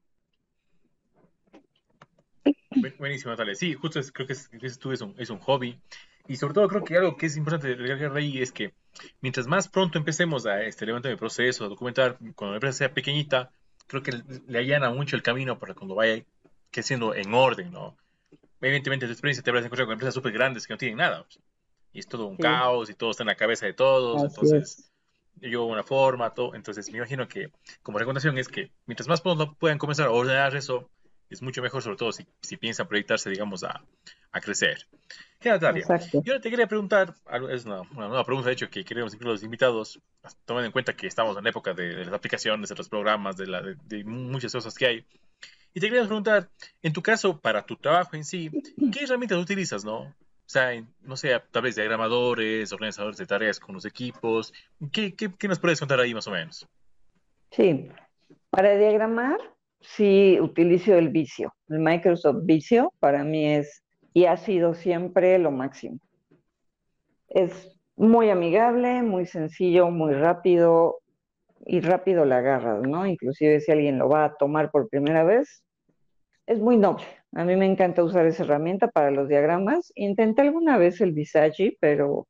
Buenísimo, Natalia. Sí, justo creo que es un hobby. Y sobre todo creo que algo que es importante recalcar ahí es que mientras más pronto empecemos a levantar el proceso, a documentar, cuando la empresa sea pequeñita, creo que le allana mucho el camino para cuando vaya creciendo en orden, ¿no? Evidentemente, tu experiencia te habrás encontrado con empresas súper grandes que no tienen nada. Pues, y es todo un caos y todo está en la cabeza de todos. Así entonces, yo una forma, todo. Entonces, me imagino que como recomendación es que mientras más pronto puedan comenzar a ordenar eso, es mucho mejor, sobre todo si piensan proyectarse, digamos, a crecer. Natalia, Exacto. yo ahora te quería preguntar, es una nueva pregunta, de hecho, que queremos incluir a los invitados, tomando en cuenta que estamos en la época de las aplicaciones, de los programas, de muchas cosas que hay. Y te quería preguntar, en tu caso, para tu trabajo en sí, ¿qué herramientas utilizas, no? O sea, no sé, tal vez diagramadores, organizadores de tareas con los equipos. ¿Qué nos puedes contar ahí más o menos? Sí, para diagramar, sí utilizo el Visio. El Microsoft Visio para mí es y ha sido siempre lo máximo. Es muy amigable, muy sencillo, muy rápido y rápido la agarras, ¿no? Inclusive si alguien lo va a tomar por primera vez, es muy noble. A mí me encanta usar esa herramienta para los diagramas. Intenté alguna vez el Visagi, pero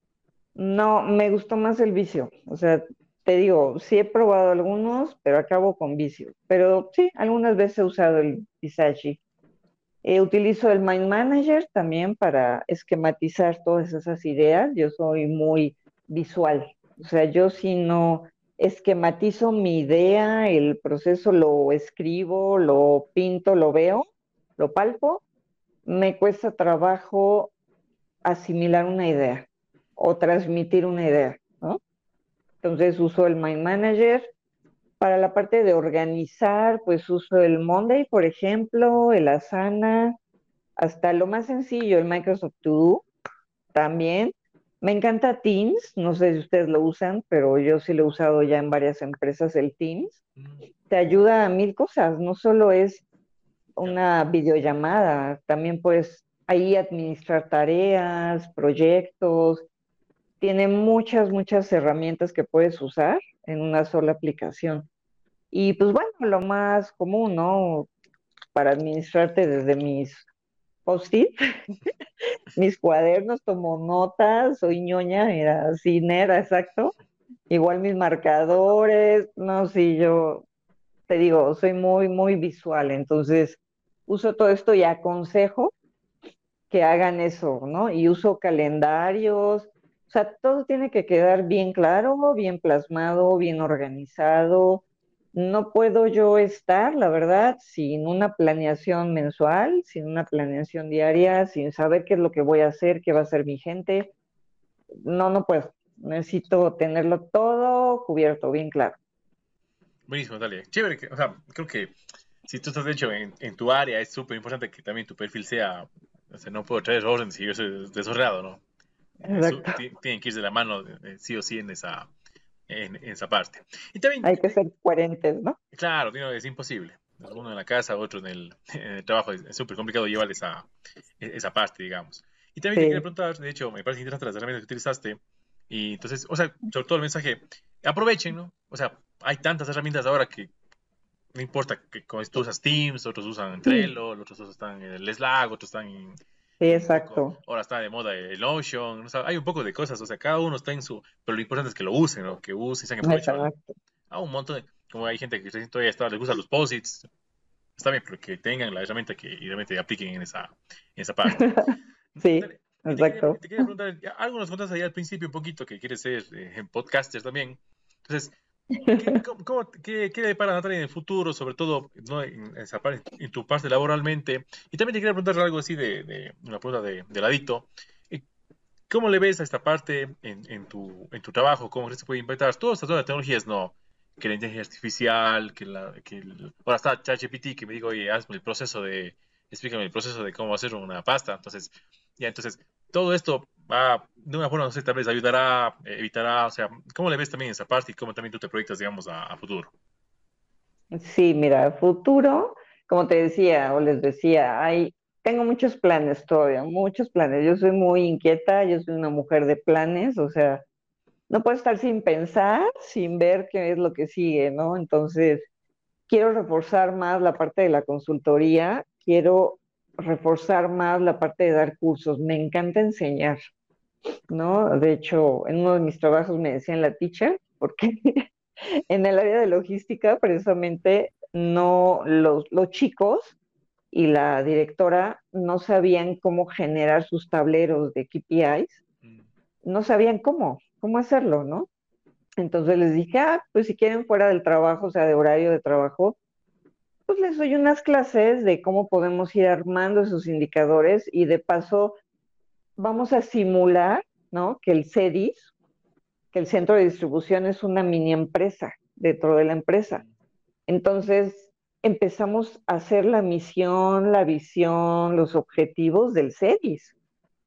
no, me gustó más el Visio. O sea, te digo, sí he probado algunos, pero acabo con Visio. Pero sí, algunas veces he usado el Visagi. Utilizo el Mind Manager también para esquematizar todas esas ideas. Yo soy muy visual. O sea, yo si no esquematizo mi idea, el proceso lo escribo, lo pinto, lo veo, lo palpo, me cuesta trabajo asimilar una idea o transmitir una idea, ¿no? Entonces uso el Mind Manager. Para la parte de organizar, pues uso el Monday, por ejemplo, el Asana, hasta lo más sencillo, el Microsoft To Do también. Me encanta Teams, no sé si ustedes lo usan, pero yo sí lo he usado ya en varias empresas, el Teams. Mm, Te ayuda a mil cosas, no solo es ya. una videollamada, también puedes ahí administrar tareas, proyectos, tiene muchas herramientas que puedes usar en una sola aplicación. Y pues bueno, lo más común, ¿no? Para administrarte desde mis post-it, mis cuadernos, tomo notas, soy ñoña, era así, nera, exacto. Igual mis marcadores, no, sí, yo te digo, soy muy visual, entonces uso todo esto y aconsejo que hagan eso, ¿no? Y uso calendarios, o sea, todo tiene que quedar bien claro, bien plasmado, bien organizado. No puedo yo estar, la verdad, sin una planeación mensual, sin una planeación diaria, sin saber qué es lo que voy a hacer, qué va a hacer mi gente. No, no puedo. Necesito tenerlo todo cubierto, bien claro. Buenísimo, dale. Chévere, o sea, creo que si tú estás hecho en tu área, es súper importante que también tu perfil sea, o sea, no puedo traer orden si yo soy desordenado, ¿no? Exacto. Tienen que ir de la mano sí o sí en esa parte. Y también, Hay que ser coherentes, ¿no? claro, tío, es imposible. Uno en la casa, otro en el trabajo, es súper complicado llevar esa parte, digamos. Y también te quería Sí. preguntar, de hecho, me parece interesante las herramientas que utilizaste. Y entonces, o sea, sobre todo el mensaje, aprovechen, ¿no? O sea, hay tantas herramientas ahora que no importa que como tú usas Teams, otros usan Trello, otros están en el Slack, otros están Sí, un poco, exacto. ahora está de moda el Notion, o sea, hay un poco de cosas, o sea, cada uno está en su, pero lo importante es que lo usen, ¿no? Que usen y saquen provecho Exacto. a un montón de, como hay gente que recién todavía está, les gustan los posits, está bien, pero que tengan la herramienta que y realmente apliquen en esa parte. Sí, Dale. Y exacto. te quería preguntar, algo nos contaste ahí al principio un poquito que quieres ser podcaster también. Entonces, ¿qué le depara a Natalia en el futuro, sobre todo ¿no? en tu parte laboralmente? Y también te quería preguntar algo así de una pregunta de ladito. Eh, ¿Cómo le ves a esta parte en tu trabajo? ¿Cómo crees que puede impactar? Todas estas nuevas tecnologías, no. Que la inteligencia artificial, ahora está ChatGPT que me dijo, oye, explícame el proceso de cómo hacer una pasta. Entonces, todo esto va, de una forma, no sé, tal vez ayudará, evitará, o sea, ¿cómo le ves también esa parte y cómo también tú te proyectas, digamos, a futuro? Sí, mira, futuro, como te decía o les decía, tengo muchos planes todavía, muchos planes. Yo soy muy inquieta, yo soy una mujer de planes, o sea, no puedo estar sin pensar, sin ver qué es lo que sigue, ¿no? Entonces, quiero reforzar más la parte de la consultoría, quiero reforzar más la parte de dar cursos. Me encanta enseñar, ¿no? De hecho, en uno de mis trabajos me decían la teacher, porque en el área de logística, precisamente, no, los chicos y la directora no sabían cómo generar sus tableros de KPIs, Mm, no sabían cómo hacerlo, ¿no? Entonces les dije, pues si quieren fuera del trabajo, o sea, de horario de trabajo, pues les doy unas clases de cómo podemos ir armando esos indicadores y de paso vamos a simular, ¿no? Que el CEDIS, que el centro de distribución es una mini empresa dentro de la empresa. mm, Entonces empezamos a hacer la misión, la visión, los objetivos del CEDIS.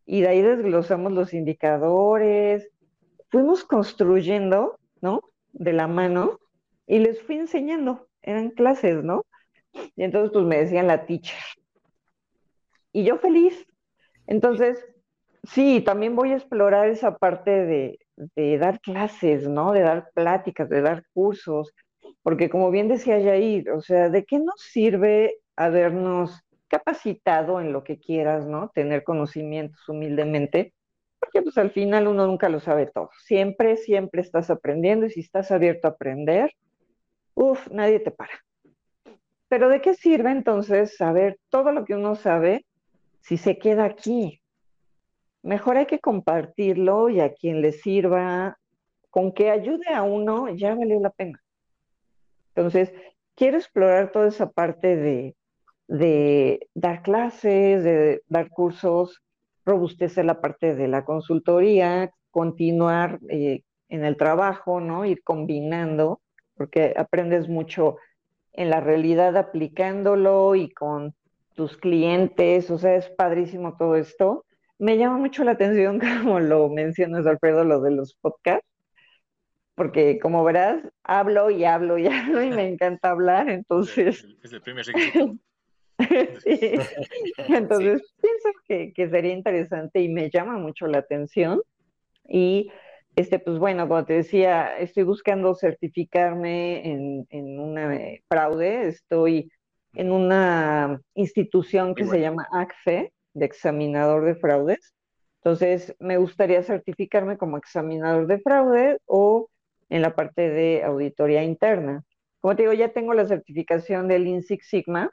y de ahí desglosamos los indicadores, fuimos construyendo, ¿no? De la mano y les fui enseñando, eran clases, ¿no? Y entonces pues me decían la teacher y yo feliz. Entonces, sí, también voy a explorar esa parte de dar clases, ¿no? De dar pláticas, de dar cursos, porque como bien decía Yair, o sea, ¿de qué nos sirve habernos capacitado en lo que quieras, ¿no? Tener conocimientos humildemente, porque pues al final uno nunca lo sabe todo. Siempre, siempre estás aprendiendo y si estás abierto a aprender, uff, nadie te para. Pero ¿de qué sirve entonces saber todo lo que uno sabe si se queda aquí? Mejor hay que compartirlo y a quien le sirva, con que ayude a uno, ya valió la pena. Entonces, quiero explorar toda esa parte de dar clases, de dar cursos, robustecer la parte de la consultoría, continuar en el trabajo, ¿no? Ir combinando, porque aprendes mucho en la realidad aplicándolo y con tus clientes, o sea, es padrísimo todo esto. Me llama mucho la atención, como lo mencionas, Alfredo, lo de los podcasts, porque como verás, hablo y hablo y hablo y me encanta hablar, entonces, Es el primer requisito. sí. Sí. Entonces pienso que sería interesante y me llama mucho la atención. Y pues bueno, como te decía, estoy buscando certificarme en una fraude, estoy en una institución Muy que se bueno. llama ACFE, de examinador de fraudes. Entonces, me gustaría certificarme como examinador de fraude o en la parte de auditoría interna. Como te digo, ya tengo la certificación del Lean Six Sigma,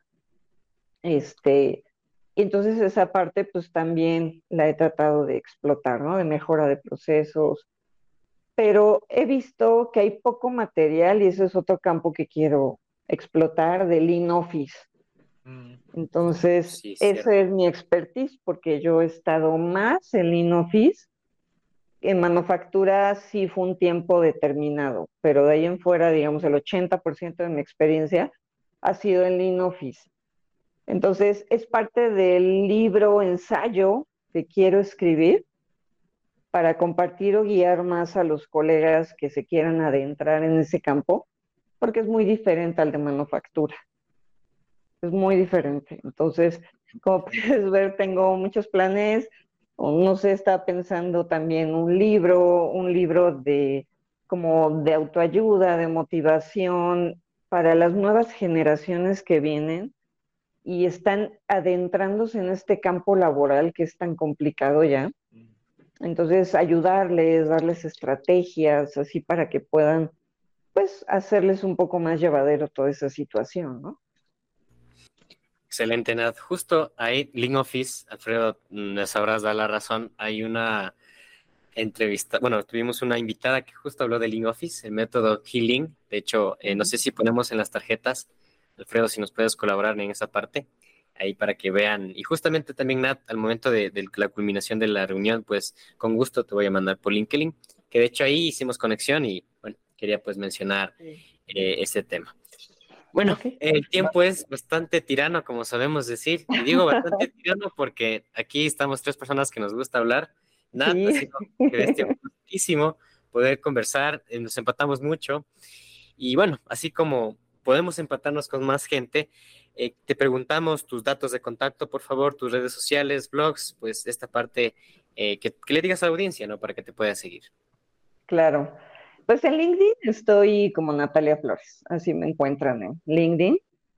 y entonces esa parte pues también la he tratado de explotar, ¿no? De mejora de procesos, pero he visto que hay poco material y ese es otro campo que quiero explotar de Lean Office. Mm, Entonces, Sí, cierto. ese es mi expertise porque yo he estado más en Lean Office. En manufactura sí fue un tiempo determinado, pero de ahí en fuera, digamos, el 80% de mi experiencia ha sido en Lean Office. Entonces, es parte del libro ensayo que quiero escribir para compartir o guiar más a los colegas que se quieran adentrar en ese campo, porque es muy diferente al de manufactura, es muy diferente. Entonces, como puedes ver, tengo muchos planes, o no sé, estaba pensando también un libro de como de autoayuda, de motivación para las nuevas generaciones que vienen y están adentrándose en este campo laboral que es tan complicado ya. mm. Entonces, ayudarles, darles estrategias, así para que puedan, pues, hacerles un poco más llevadero toda esa situación, ¿no? Excelente, Nat. Justo ahí, Link Office, Alfredo, me sabrás dar la razón. Hay una entrevista, bueno, tuvimos una invitada que justo habló de Lean Office, el método Healing. De hecho, no sé si ponemos en las tarjetas, Alfredo, si nos puedes colaborar en esa parte, ahí para que vean. Y justamente también, Nat, al momento de la culminación de la reunión, pues con gusto te voy a mandar por LinkedIn, que de hecho ahí hicimos conexión y, bueno, quería pues mencionar Sí. ese tema. Bueno, Ok. el tiempo es bastante tirano, como sabemos decir, y digo bastante tirano porque aquí estamos tres personas que nos gusta hablar. Nat, ha Sí. sido que bestia, muchísimo poder conversar, nos empatamos mucho, y bueno, así como podemos empatarnos con más gente, te preguntamos tus datos de contacto, por favor, tus redes sociales, blogs, pues esta parte que le digas a la audiencia, ¿no? Para que te pueda seguir. Claro. Pues en LinkedIn estoy como Natalia Flores, así me encuentran en LinkedIn.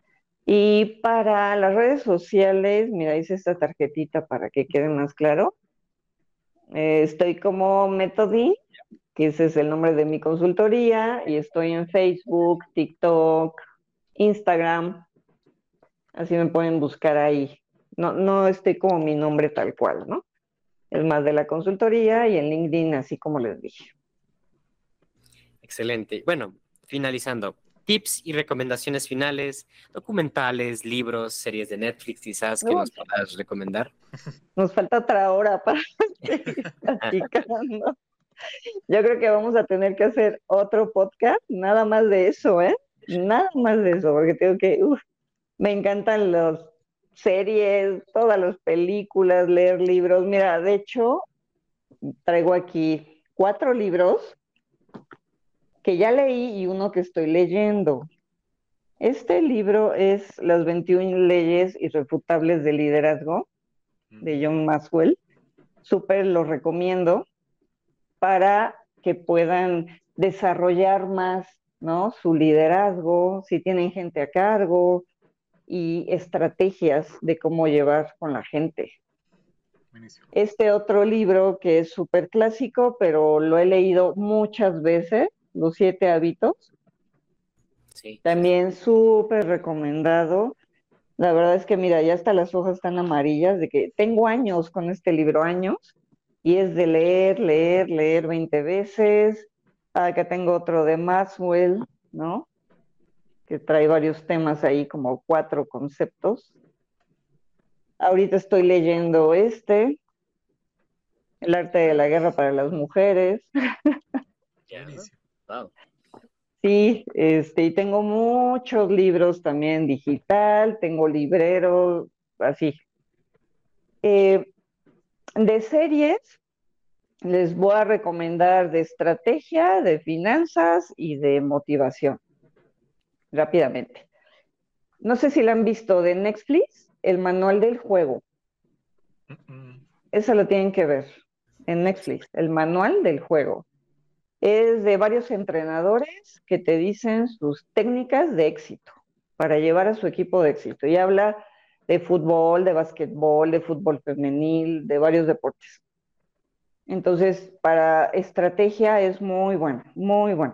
Y para las redes sociales, mira, hice esta tarjetita para que quede más claro. Estoy como Metodi, que ese es el nombre de mi consultoría, y estoy en Facebook, TikTok, Instagram, así me pueden buscar ahí. No, no estoy como mi nombre tal cual, ¿no? Es más de la consultoría y en LinkedIn, así como les dije. Excelente. Bueno, finalizando, tips y recomendaciones finales, documentales, libros, series de Netflix quizás que No, nos puedas recomendar. nos falta otra hora para seguir platicando. Yo creo que vamos a tener que hacer otro podcast, nada más de eso, ¿eh? Nada más de eso, porque tengo que, me encantan series, todas las películas, leer libros. Mira, de hecho, traigo aquí 4 libros que ya leí y uno que estoy leyendo. Este libro es Las 21 leyes irrefutables del liderazgo de John Maxwell. Súper lo recomiendo para que puedan desarrollar más, ¿no? Su liderazgo, si tienen gente a cargo y estrategias de cómo llevar con la gente. Buenísimo. Este otro libro que es súper clásico, pero lo he leído muchas veces, Los 7 hábitos, Sí. también súper recomendado. La verdad es que, mira, ya hasta las hojas están amarillas, de que tengo años con este libro, años, y es de leer 20 veces. Acá tengo otro de Maxwell, ¿no? Que trae varios temas ahí, como 4 conceptos. Ahorita estoy leyendo El arte de la guerra para las mujeres. Buenísimo. Wow. Sí, y tengo muchos libros también digital, tengo libreros, así. De series, les voy a recomendar de estrategia, de finanzas y de motivación, rápidamente. No sé si la han visto de Netflix, El manual del juego. Esa lo tienen que ver en Netflix, El manual del juego. Es de varios entrenadores que te dicen sus técnicas de éxito para llevar a su equipo de éxito. Y habla de fútbol, de básquetbol, de fútbol femenil, de varios deportes. Entonces, para estrategia es muy bueno, muy bueno.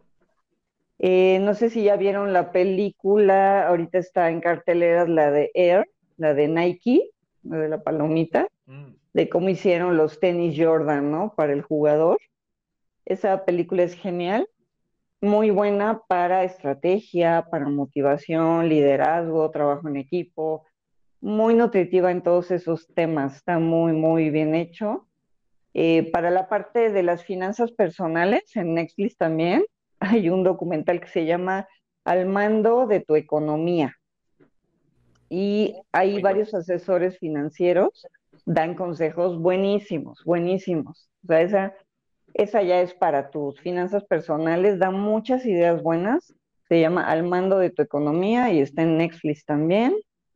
No sé si ya vieron la película, ahorita está en carteleras la de Air, la de Nike, la de la palomita, de cómo hicieron los tenis Jordan, ¿no? Para el jugador. Esa película es genial, muy buena para estrategia, para motivación, liderazgo, trabajo en equipo, muy nutritiva en todos esos temas, está muy, muy bien hecho. Para la parte de las finanzas personales, en Netflix también hay un documental que se llama Al mando de tu economía. Y hay varios asesores financieros, dan consejos buenísimos, buenísimos. O sea, esa ya es para tus finanzas personales, da muchas ideas buenas. Se llama Al mando de tu economía y está en Netflix también.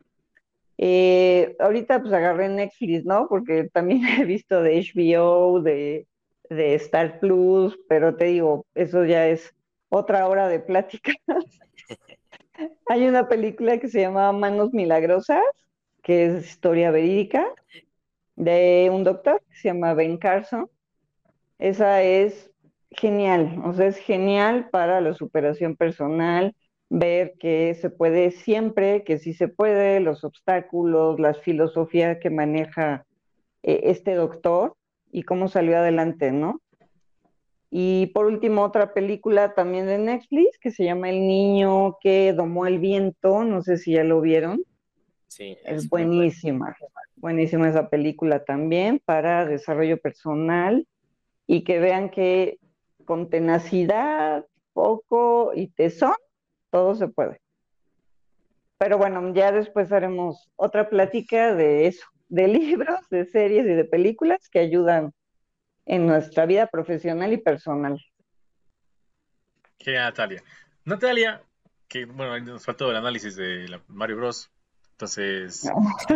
Ahorita pues agarré Netflix, ¿no? Porque también he visto de HBO, de Star Plus, pero te digo, eso ya es otra hora de plática. Hay una película que se llama Manos Milagrosas, que es historia verídica, de un doctor que se llama Ben Carson. Esa es genial, o sea, es genial para la superación personal, ver que se puede siempre, que sí se puede, los obstáculos, las filosofías que maneja este doctor y cómo salió adelante, ¿no? Y por último, otra película también de Netflix que se llama El niño que domó el viento, no sé si ya lo vieron. Sí, Es buenísima, buenísima esa película también para desarrollo personal y que vean que con tenacidad, poco y tesón, todo se puede. Pero bueno, ya después haremos otra plática de eso, de libros, de series y de películas que ayudan en nuestra vida profesional y personal. Genial, Natalia. Natalia, que bueno, ahí nos faltó el análisis de Mario Bros. Entonces,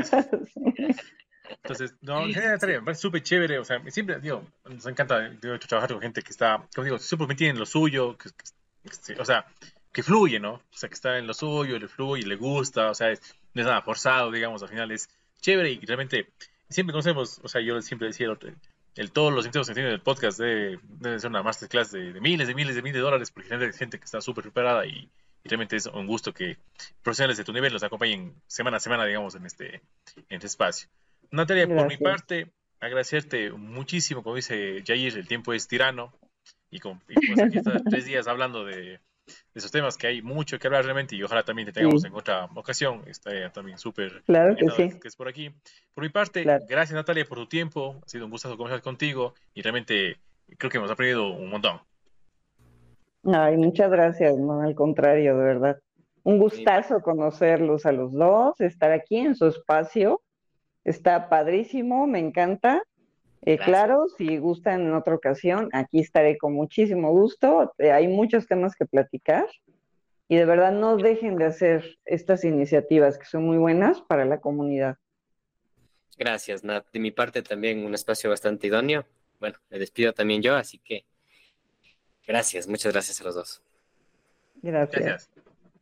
no, genial, Natalia, me parece súper chévere. O sea, siempre, digo, nos encanta trabajar con gente que está, como digo, súper metida en lo suyo, o sea, que fluye, ¿no? O sea, que está en lo suyo, le fluye, le gusta, o sea, no es nada forzado, digamos, al final es chévere y realmente siempre conocemos, o sea, yo siempre decía todos los intentos que tiene el podcast debe ser una masterclass de miles de dólares, porque hay gente que está súper preparada y realmente es un gusto que profesionales de tu nivel nos acompañen semana a semana, digamos, en este espacio. Natalia, por mi parte, agradecerte muchísimo, como dice Jair, el tiempo es tirano y pues aquí estás 3 días hablando de esos temas que hay mucho que hablar realmente y ojalá también te tengamos en otra ocasión. Está también súper claro que sí. Que es por aquí. Por mi parte, claro. Gracias Natalia por tu tiempo, ha sido un gustazo conversar contigo y realmente creo que hemos aprendido un montón. Ay, muchas gracias, no, al contrario, de verdad. Un gustazo conocerlos a los dos, estar aquí en su espacio. Está padrísimo, me encanta. Claro, si gustan en otra ocasión, aquí estaré con muchísimo gusto. Hay muchos temas que platicar y de verdad no dejen de hacer estas iniciativas que son muy buenas para la comunidad. Gracias, Nat. De mi parte también un espacio bastante idóneo. Bueno, me despido también yo, así que gracias, muchas gracias a los dos. Gracias.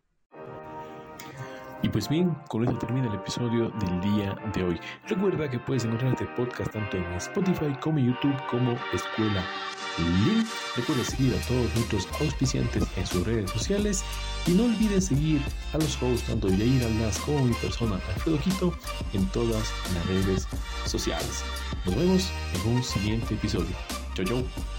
Y pues bien, con eso termina el episodio del día de hoy. Recuerda que puedes encontrar este podcast tanto en Spotify como YouTube como Escuela Link. Recuerda seguir a todos nuestros auspiciantes en sus redes sociales y no olvides seguir a los hosts tanto Yair Aldaz como mi persona Alfredo Quito en todas las redes sociales. Nos vemos en un siguiente episodio. Chau, chau.